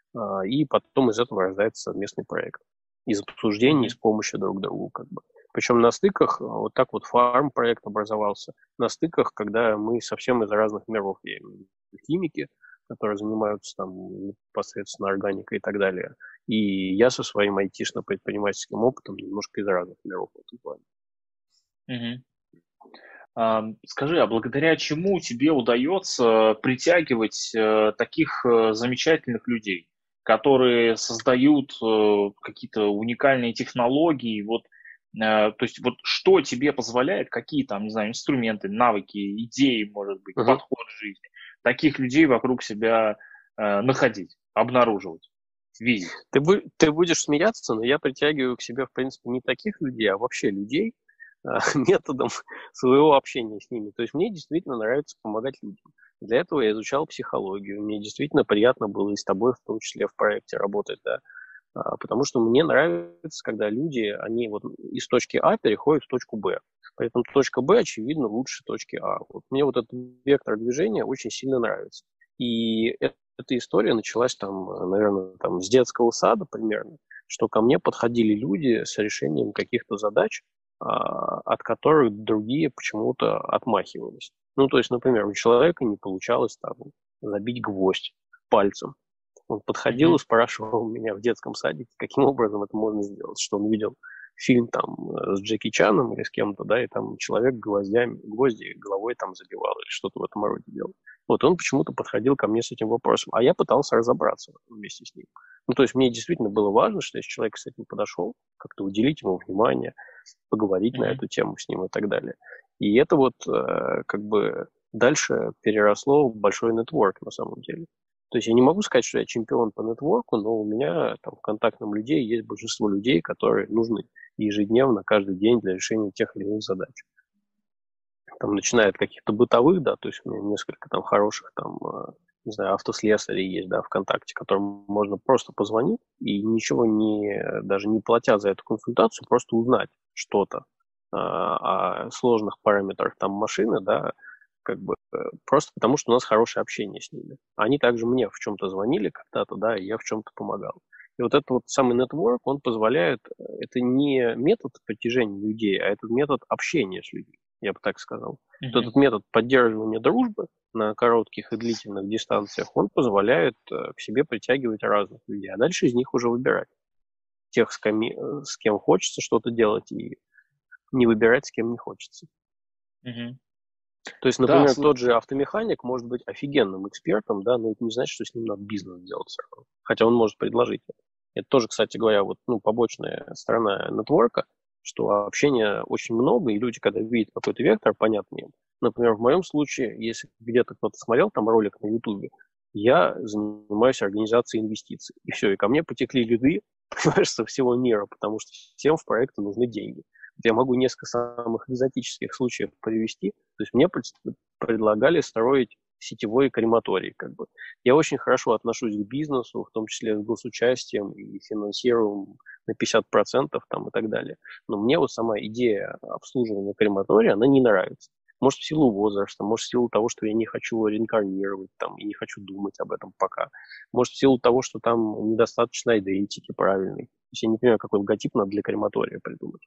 И потом из этого рождается совместный проект. Из обсуждений, из мгм, помощи друг другу как бы. Причем на стыках, вот так вот фарм-проект образовался, на стыках, когда мы совсем из разных миров, я имею в виду химики, которые занимаются там непосредственно органикой и так далее. И я со своим айтишно-предпринимательским опытом немножко из разных миров в этом плане. мгм. Скажи, а благодаря чему тебе удается притягивать таких замечательных людей, которые создают какие-то уникальные технологии? Вот, то есть вот что тебе позволяет, какие там, не знаю, инструменты, навыки, идеи, может быть, Мгм. подход к жизни, таких людей вокруг себя находить, обнаруживать, видеть? Ты будешь смеяться, но я притягиваю к себе, в принципе, не таких людей, а вообще людей методом своего общения с ними. То есть мне действительно нравится помогать людям. Для этого я изучал психологию. Мне действительно приятно было и с тобой, в том числе, в проекте работать, да. Потому что мне нравится, когда люди, они вот из точки А переходят в точку Б. Поэтому точка Б, очевидно, лучше точки А. Вот мне вот этот вектор движения очень сильно нравится. И эта история началась там, наверное, там, с детского сада примерно, что ко мне подходили люди с решением каких-то задач, от которых другие почему-то отмахивались. Ну, то есть, например, у человека не получалось там забить гвоздь пальцем. Он подходил и Мгм. спрашивал меня в детском садике, каким образом это можно сделать, что он видел фильм там с Джеки Чаном или с кем-то, да, и там человек гвозди головой там забивал или что-то в этом роде делал. Вот он почему-то подходил ко мне с этим вопросом, а я пытался разобраться вместе с ним. Ну, то есть мне действительно было важно, что если человек с этим подошел, как-то уделить ему внимание, поговорить на Мгм. эту тему с ним и так далее. И это вот как бы дальше переросло в большой нетворк на самом деле. То есть я не могу сказать, что я чемпион по нетворку, но у меня там в контактном людей есть большинство людей, которые нужны ежедневно, каждый день для решения тех или иных задач. Там начиная от каких-то бытовых, да, то есть у меня несколько там хороших там, не знаю, автослесарей есть, да, ВКонтакте, которым можно просто позвонить и ничего не, даже не платя за эту консультацию, просто узнать что-то о сложных параметрах там машины, да, как бы просто потому, что у нас хорошее общение с ними. Они также мне в чем-то звонили когда-то, да, и я в чем-то помогал. И вот этот вот самый нетворк, он позволяет, это не метод притяжения людей, а это метод общения с людьми. я бы так сказал. Мгм. Этот метод поддерживания дружбы на коротких и длительных дистанциях, он позволяет к себе притягивать разных людей, а дальше из них уже выбирать тех, с кем хочется что-то делать, и не выбирать, с кем не хочется. Мгм. То есть, Да, например, тот же автомеханик может быть офигенным экспертом, да, но это не значит, что с ним надо бизнес делать сразу. Хотя он может предложить это. Это тоже, кстати говоря, вот, ну, побочная сторона нетворка, что общения очень много, и люди, когда видят какой-то вектор, понятный им. Например, в моем случае, если где-то кто-то смотрел там ролик на Ютубе, я занимаюсь организацией инвестиций. И все, и ко мне потекли лиды, понимаешь, со всего мира, потому что всем в проекты нужны деньги. Я могу несколько самых экзотических случаев привести. То есть мне предлагали строить сетевой крематорий. Как бы. Я очень хорошо отношусь к бизнесу, в том числе с госучастием и финансируем на 50% там, и так далее. Но мне вот сама идея обслуживания крематория, она не нравится. Может, в силу возраста, может, в силу того, что я не хочу реинкарнировать там, и не хочу думать об этом пока. Может, в силу того, что там недостаточно идентики правильной. То есть я не понимаю, какой логотип надо для крематория придумать.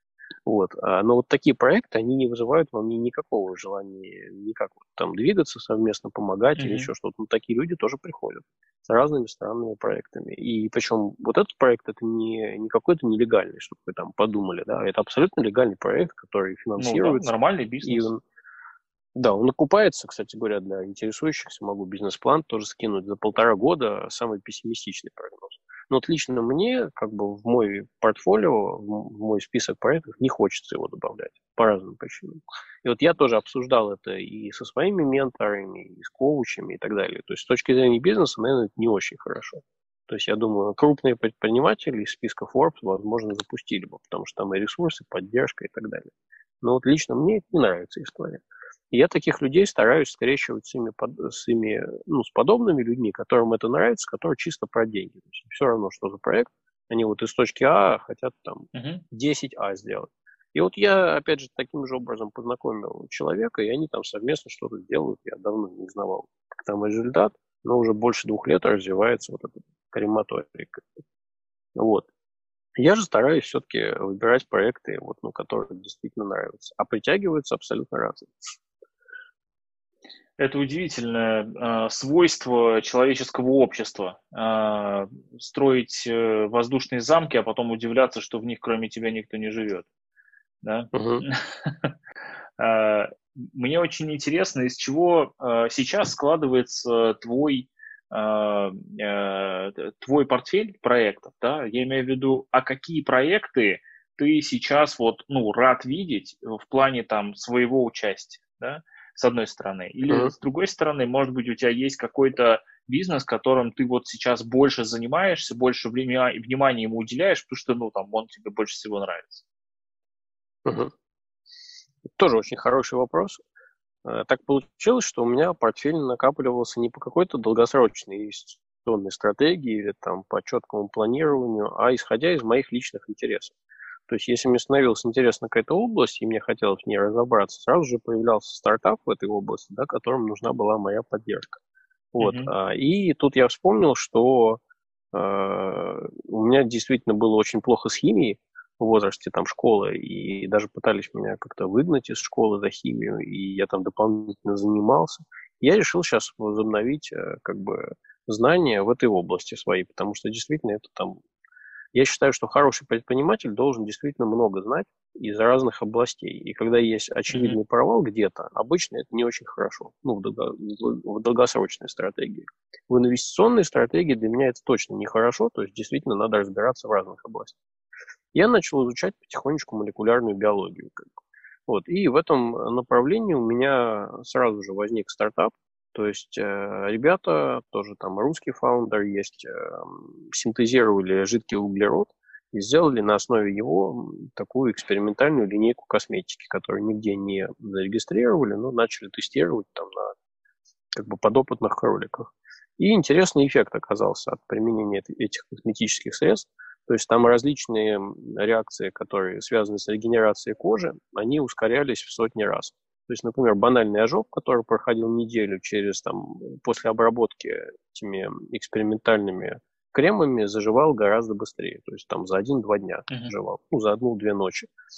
Вот. Но вот такие проекты, они не вызывают во мне никакого желания никак вот там двигаться совместно, помогать или Мгм. еще что-то. Но такие люди тоже приходят с разными странными проектами. И причем вот этот проект, это не какой-то нелегальный, чтобы вы там подумали, да, это абсолютно легальный проект, который Ну да, финансируется, нормальный и бизнес. он, да, он окупается, кстати говоря, для интересующихся, могу бизнес-план тоже скинуть за 1,5 года, самый пессимистичный прогноз. Но вот лично мне, как бы в мой портфолио, в мой список проектов не хочется его добавлять по разным причинам. И вот я тоже обсуждал это и со своими менторами, и с коучами и так далее. То есть с точки зрения бизнеса, наверное, это не очень хорошо. То есть я думаю, крупные предприниматели из списка Forbes, возможно, запустили бы, потому что там и ресурсы, поддержка и так далее. Но вот лично мне это не нравится история. И я таких людей стараюсь скрещивать с подобными людьми, которым это нравится, которые чисто про деньги. То есть все равно, что за проект. Они вот из точки А хотят там Мгм. 10А сделать. И вот я, опять же, таким же образом познакомил человека, и они там совместно что-то делают. Я давно не узнавал, как там результат, но уже больше 2 лет развивается вот этот крематорий. Вот. Я же стараюсь все-таки выбирать проекты, вот, ну, которые действительно нравятся. А притягиваются абсолютно разные. Это удивительное свойство человеческого общества. Строить воздушные замки, а потом удивляться, что в них кроме тебя никто не живет. Да? Угу. А, Мне очень интересно, из чего сейчас складывается твой портфель проектов, да? Я имею в виду, а какие проекты ты сейчас вот, ну, рад видеть в плане там своего участия, да, с одной стороны. Или Угу. с другой стороны, может быть, у тебя есть какой-то бизнес, которым ты вот сейчас больше занимаешься, больше внимания ему уделяешь, потому что, ну, там, он тебе больше всего нравится. Угу. Тоже очень хороший вопрос. Так получилось, что у меня портфель накапливался не по какой-то долгосрочной инвестиционной стратегии или там по четкому планированию, а исходя из моих личных интересов. То есть, если мне становилась интересна какая-то область, и мне хотелось в ней разобраться, сразу же появлялся стартап в этой области, да, которому нужна была моя поддержка. Вот. Мгм. И тут я вспомнил, что у меня действительно было очень плохо с химией в возрасте там школы, и даже пытались меня как-то выгнать из школы за химию, и я там дополнительно занимался. Я решил сейчас возобновить как бы знания в этой области своей, потому что действительно это там я считаю, что хороший предприниматель должен действительно много знать из разных областей. И когда есть Мгм. очевидный провал где-то, обычно это не очень хорошо, ну, в долгосрочной стратегии. В инвестиционной стратегии для меня это точно нехорошо, то есть действительно надо разбираться в разных областях. Я начал изучать потихонечку молекулярную биологию. Вот. И в этом направлении у меня сразу же возник стартап. То есть ребята, тоже там русский фаундер есть, синтезировали жидкий углерод и сделали на основе его такую экспериментальную линейку косметики, которую нигде не зарегистрировали, но начали тестировать там на как бы подопытных кроликах. И интересный эффект оказался от применения этих косметических средств. То есть там различные реакции, которые связаны с регенерацией кожи, они ускорялись в сотни раз. То есть, например, банальный ожог, который проходил неделю после обработки этими экспериментальными кремами, заживал гораздо быстрее. То есть там за 1-2 дня Мгм. заживал, ну, за 1-2 ночи.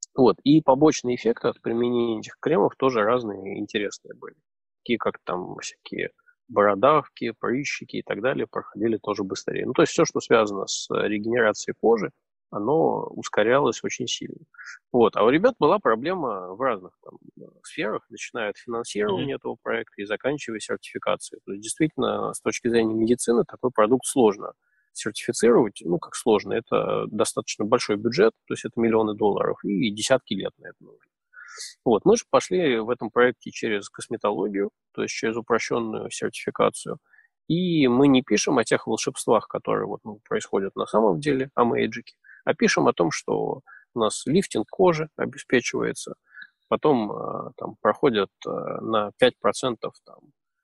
Вот. И побочные эффекты от применения этих кремов тоже разные интересные были. Такие как там всякие бородавки, прыщики и так далее проходили тоже быстрее. Ну, то есть все, что связано с регенерацией кожи, оно ускорялось очень сильно. Вот. А у ребят была проблема в разных там сферах, начиная от финансирования этого проекта и заканчивая сертификацией. То есть действительно, с точки зрения медицины, такой продукт сложно сертифицировать, ну, как сложно, это достаточно большой бюджет, то есть это миллионы долларов и десятки лет на это нужно. Вот, мы же пошли в этом проекте через косметологию, то есть через упрощенную сертификацию, и мы не пишем о тех волшебствах, которые вот, происходят на самом деле, о мэйджике, а пишем о том, что у нас лифтинг кожи обеспечивается, потом там проходят на 5% там,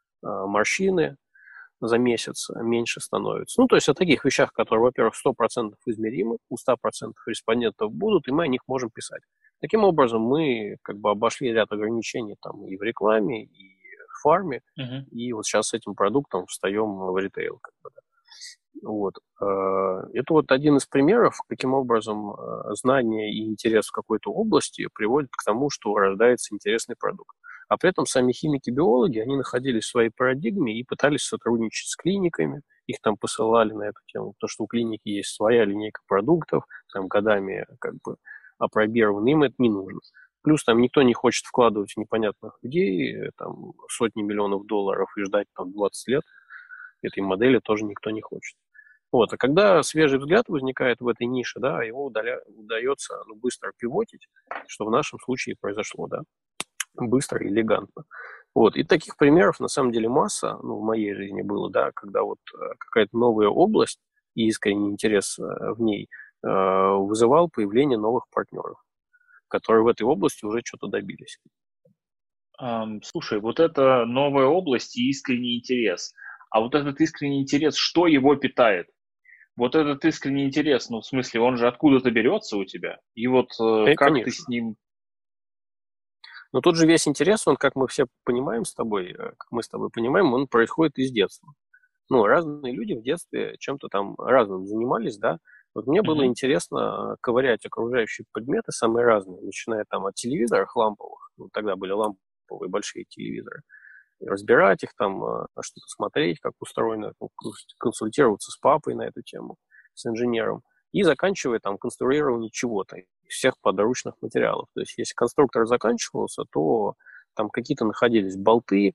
морщины, за месяц меньше становится. Ну, то есть о таких вещах, которые, во-первых, 100% измеримы, у 100% респондентов будут, и мы о них можем писать. Таким образом, мы как бы обошли ряд ограничений там и в рекламе, и в фарме, и вот сейчас с этим продуктом встаем в ритейл. Как бы, да. Вот. Это вот один из примеров, каким образом знание и интерес в какой-то области приводит к тому, что рождается интересный продукт. А при этом сами химики-биологи, они находились в своей парадигме и пытались сотрудничать с клиниками, их там посылали на эту тему, потому что у клиники есть своя линейка продуктов, там годами как бы апробированы, им это не нужно. Плюс там никто не хочет вкладывать в непонятных людей там сотни миллионов долларов и ждать там 20 лет. Этой модели тоже никто не хочет. Вот. А когда свежий взгляд возникает в этой нише, да, его удается быстро пивотить, что в нашем случае произошло, да, быстро и элегантно. Вот. И таких примеров на самом деле масса, в моей жизни было, да, когда вот какая-то новая область и искренний интерес в ней вызывал появление новых партнеров, которые в этой области уже что-то добились. Слушай, вот это новая область и искренний интерес. А вот этот искренний интерес, что его питает? Вот этот искренний интерес, в смысле, он же откуда-то берется у тебя. И вот как ты с ним... Но тут же весь интерес, он, как мы все понимаем с тобой, как мы с тобой понимаем, он происходит из детства. Разные люди в детстве чем-то там разным занимались, да. Вот мне было интересно ковырять окружающие предметы самые разные, начиная там от телевизоров ламповых, тогда были ламповые большие телевизоры, разбирать их там, что-то смотреть, как устроено, консультироваться с папой на эту тему, с инженером, и заканчивая там конструирование чего-то из всех подручных материалов. То есть если конструктор заканчивался, то там какие-то находились болты,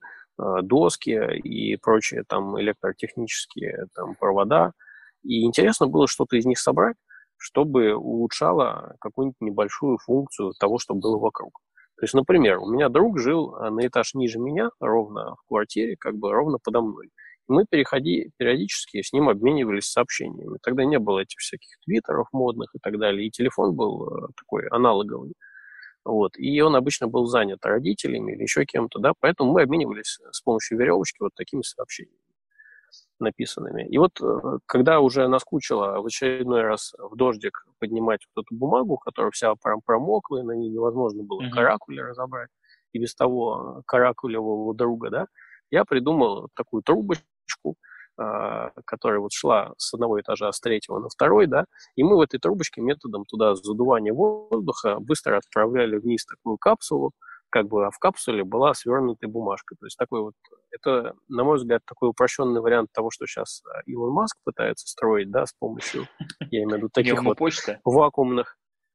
доски и прочие там электротехнические там провода. И интересно было что-то из них собрать, чтобы улучшало какую-нибудь небольшую функцию того, что было вокруг. То есть, например, у меня друг жил на этаж ниже меня, ровно в квартире, как бы ровно подо мной. Мы периодически с ним обменивались сообщениями. Тогда не было этих всяких твиттеров модных и так далее, и телефон был такой аналоговый. Вот. И он обычно был занят родителями или еще кем-то, да, поэтому мы обменивались с помощью веревочки вот такими сообщениями написанными. И вот когда уже наскучило в очередной раз в дождик поднимать вот эту бумагу, которая вся промокла, и на ней невозможно было каракули разобрать, и без того каракулевого друга, да, я придумал такую трубочку, которая вот шла с одного этажа, с третьего на второй, да, и мы в этой трубочке методом туда задувания воздуха быстро отправляли вниз такую капсулу, как бы, а в капсуле была свернутая бумажка. То есть такой вот, это, на мой взгляд, такой упрощенный вариант того, что сейчас Илон Маск пытается строить, да, с помощью, я имею в виду, таких вот вакуумных,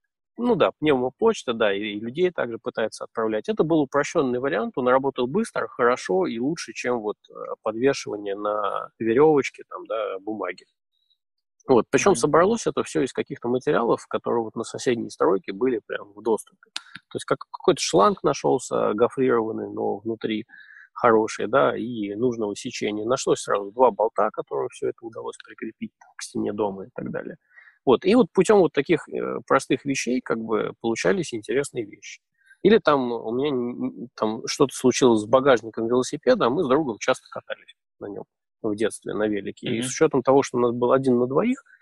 пневмопочта, да, и людей также пытается отправлять. Это был упрощенный вариант, он работал быстро, хорошо и лучше, чем вот подвешивание на веревочке, там, да, бумаги. Вот. Причем собралось это все из каких-то материалов, которые вот на соседней стройке были прям в доступе. То есть какой-то шланг нашелся, гофрированный, но внутри хороший, да, и нужного сечения. Нашлось сразу 2 болта, которые все это удалось прикрепить к стене дома и так далее. Вот. И вот путем вот таких простых вещей как бы получались интересные вещи. Или там у меня там что-то случилось с багажником велосипеда, а мы с другом часто катались на нем в детстве на велике. И с учетом того, что у нас был 1 на 2,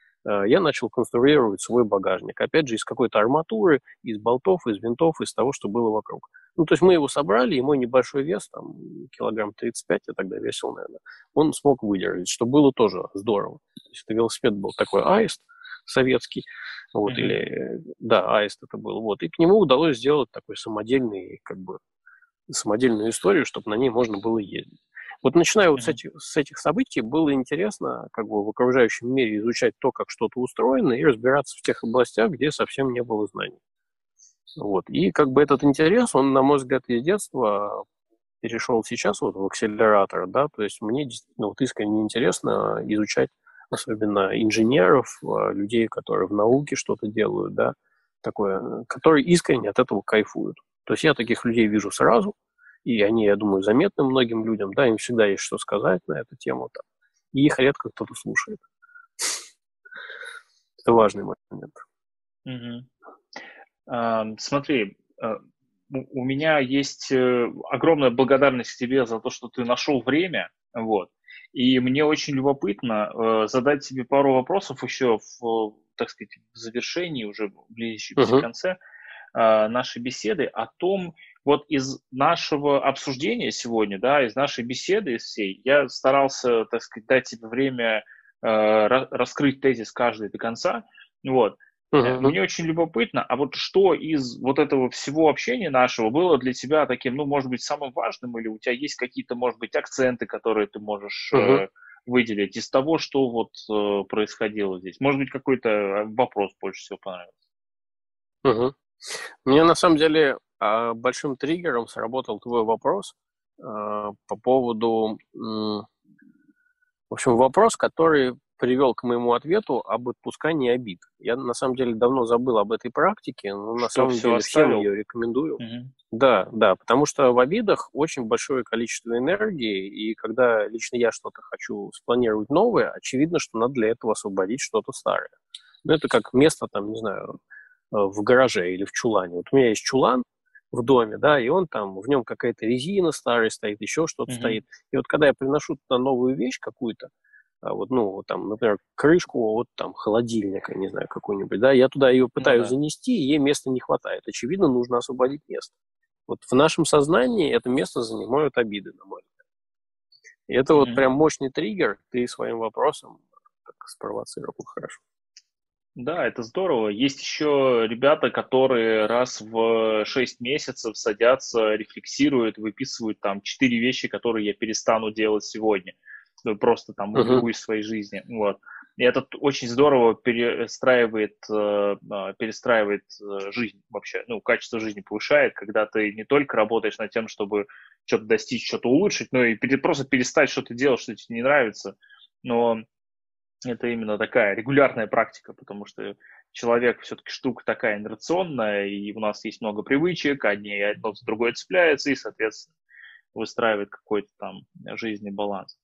я начал конструировать свой багажник. Опять же, из какой-то арматуры, из болтов, из винтов, из того, что было вокруг. То есть мы его собрали, и мой небольшой вес, там, килограмм 35, я тогда весил, наверное, он смог выдержать, что было тоже здорово. То есть это велосипед был такой аист, советский, вот, или, да, Аист это был, вот, и к нему удалось сделать такой самодельный, как бы, самодельную историю, чтобы на ней можно было ездить. Вот начиная вот с этих событий было интересно как бы в окружающем мире изучать то, как что-то устроено, и разбираться в тех областях, где совсем не было знаний. Вот. И как бы этот интерес, он, на мой взгляд, из детства перешел сейчас вот в акселератор, да, то есть мне действительно вот искренне интересно изучать особенно инженеров, людей, которые в науке что-то делают, да, такое, которые искренне от этого кайфуют. То есть я таких людей вижу сразу, и они, я думаю, заметны многим людям, да, им всегда есть что сказать на эту тему, там, и их редко кто-то слушает. Это важный момент. Смотри, у меня есть огромная благодарность тебе за то, что ты нашел время, вот, и мне очень любопытно задать тебе пару вопросов еще так сказать, в завершении, уже близящемся к конце нашей беседы о том, вот из нашего обсуждения сегодня, да, из нашей беседы всей, я старался, так сказать, дать тебе время раскрыть тезис каждый до конца, вот. Мне очень любопытно, а вот что из вот этого всего общения нашего было для тебя таким, ну, может быть, самым важным, или у тебя есть какие-то, может быть, акценты, которые ты можешь выделить из того, что вот происходило здесь? Может быть, какой-то вопрос больше всего понравился? Мне на самом деле большим триггером сработал твой вопрос по поводу, в общем, вопрос, который привел к моему ответу об отпускании обид. Я на самом деле давно забыл об этой практике, но на самом деле всем ее рекомендую. Да, потому что в обидах очень большое количество энергии, и когда лично я что-то хочу спланировать новое, очевидно, что надо для этого освободить что-то старое. Ну, это как место, там, не знаю, в гараже или в чулане. Вот у меня есть чулан в доме, да, и он там, в нем какая-то резина старая стоит, еще что-то стоит. И вот когда я приношу туда новую вещь какую-то, вот, ну, вот там, например, крышку, вот там, холодильника, не знаю, какую-нибудь, да, я туда ее пытаюсь занести, и ей места не хватает. Очевидно, нужно освободить место. Вот в нашем сознании это место занимают обиды, на мой взгляд. И это вот прям мощный триггер, ты своим вопросом так спровоцировал хорошо. Да, это здорово. Есть еще ребята, которые раз в 6 месяцев садятся, рефлексируют, выписывают там 4 вещи, которые я перестану делать сегодня. Ну, просто там уберу из своей жизни. Вот. И это очень здорово перестраивает жизнь вообще. Ну, качество жизни повышает, когда ты не только работаешь над тем, чтобы что-то достичь, что-то улучшить, но и просто перестать что-то делать, что тебе не нравится. Но это именно такая регулярная практика, потому что человек все-таки штука такая инерционная, и у нас есть много привычек, одно с другой цепляются, и, соответственно, выстраивает какой-то там жизненный баланс.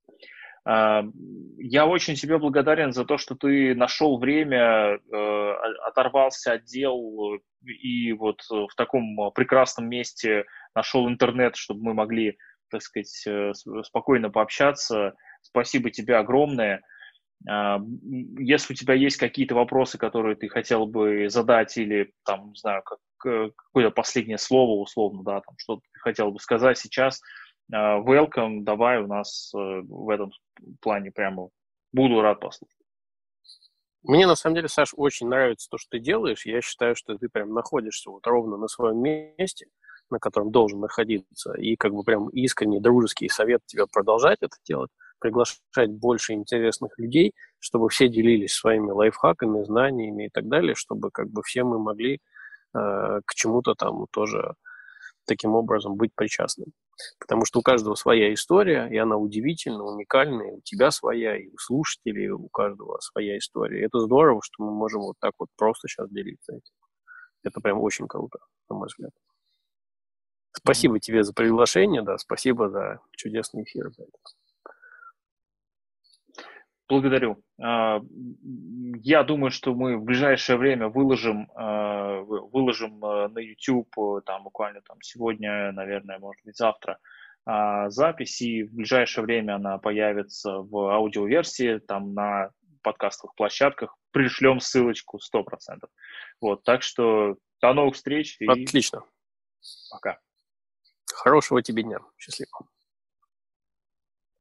Я очень тебе благодарен за то, что ты нашел время, оторвался от дел и вот в таком прекрасном месте нашел интернет, чтобы мы могли, так сказать, спокойно пообщаться. Спасибо тебе огромное. Если у тебя есть какие-то вопросы, которые ты хотел бы задать, или там, не знаю, какое-то последнее слово, условно, да, там что-то ты хотел бы сказать сейчас, welcome, давай, у нас в этом плане прямо буду рад послушать. Мне, на самом деле, Саш, очень нравится то, что ты делаешь. Я считаю, что ты прям находишься вот ровно на своем месте, на котором должен находиться, и как бы прям искренний дружеский совет тебе продолжать это делать, приглашать больше интересных людей, чтобы все делились своими лайфхаками, знаниями и так далее, чтобы как бы все мы могли к чему-то там тоже таким образом быть причастным. Потому что у каждого своя история, и она удивительна, уникальна, и у тебя своя, и у слушателей, у каждого своя история. И это здорово, что мы можем вот так вот просто сейчас делиться этим. Это прям очень круто, на мой взгляд. Спасибо тебе за приглашение, да, спасибо за чудесный эфир. Благодарю. Я думаю, что мы в ближайшее время выложим на YouTube, там буквально там сегодня, наверное, может быть завтра, запись, и в ближайшее время она появится в аудиоверсии, там на подкастовых площадках. Пришлем ссылочку 100%. Вот, так что до новых встреч. Отлично. Пока. Хорошего тебе дня. Счастливо.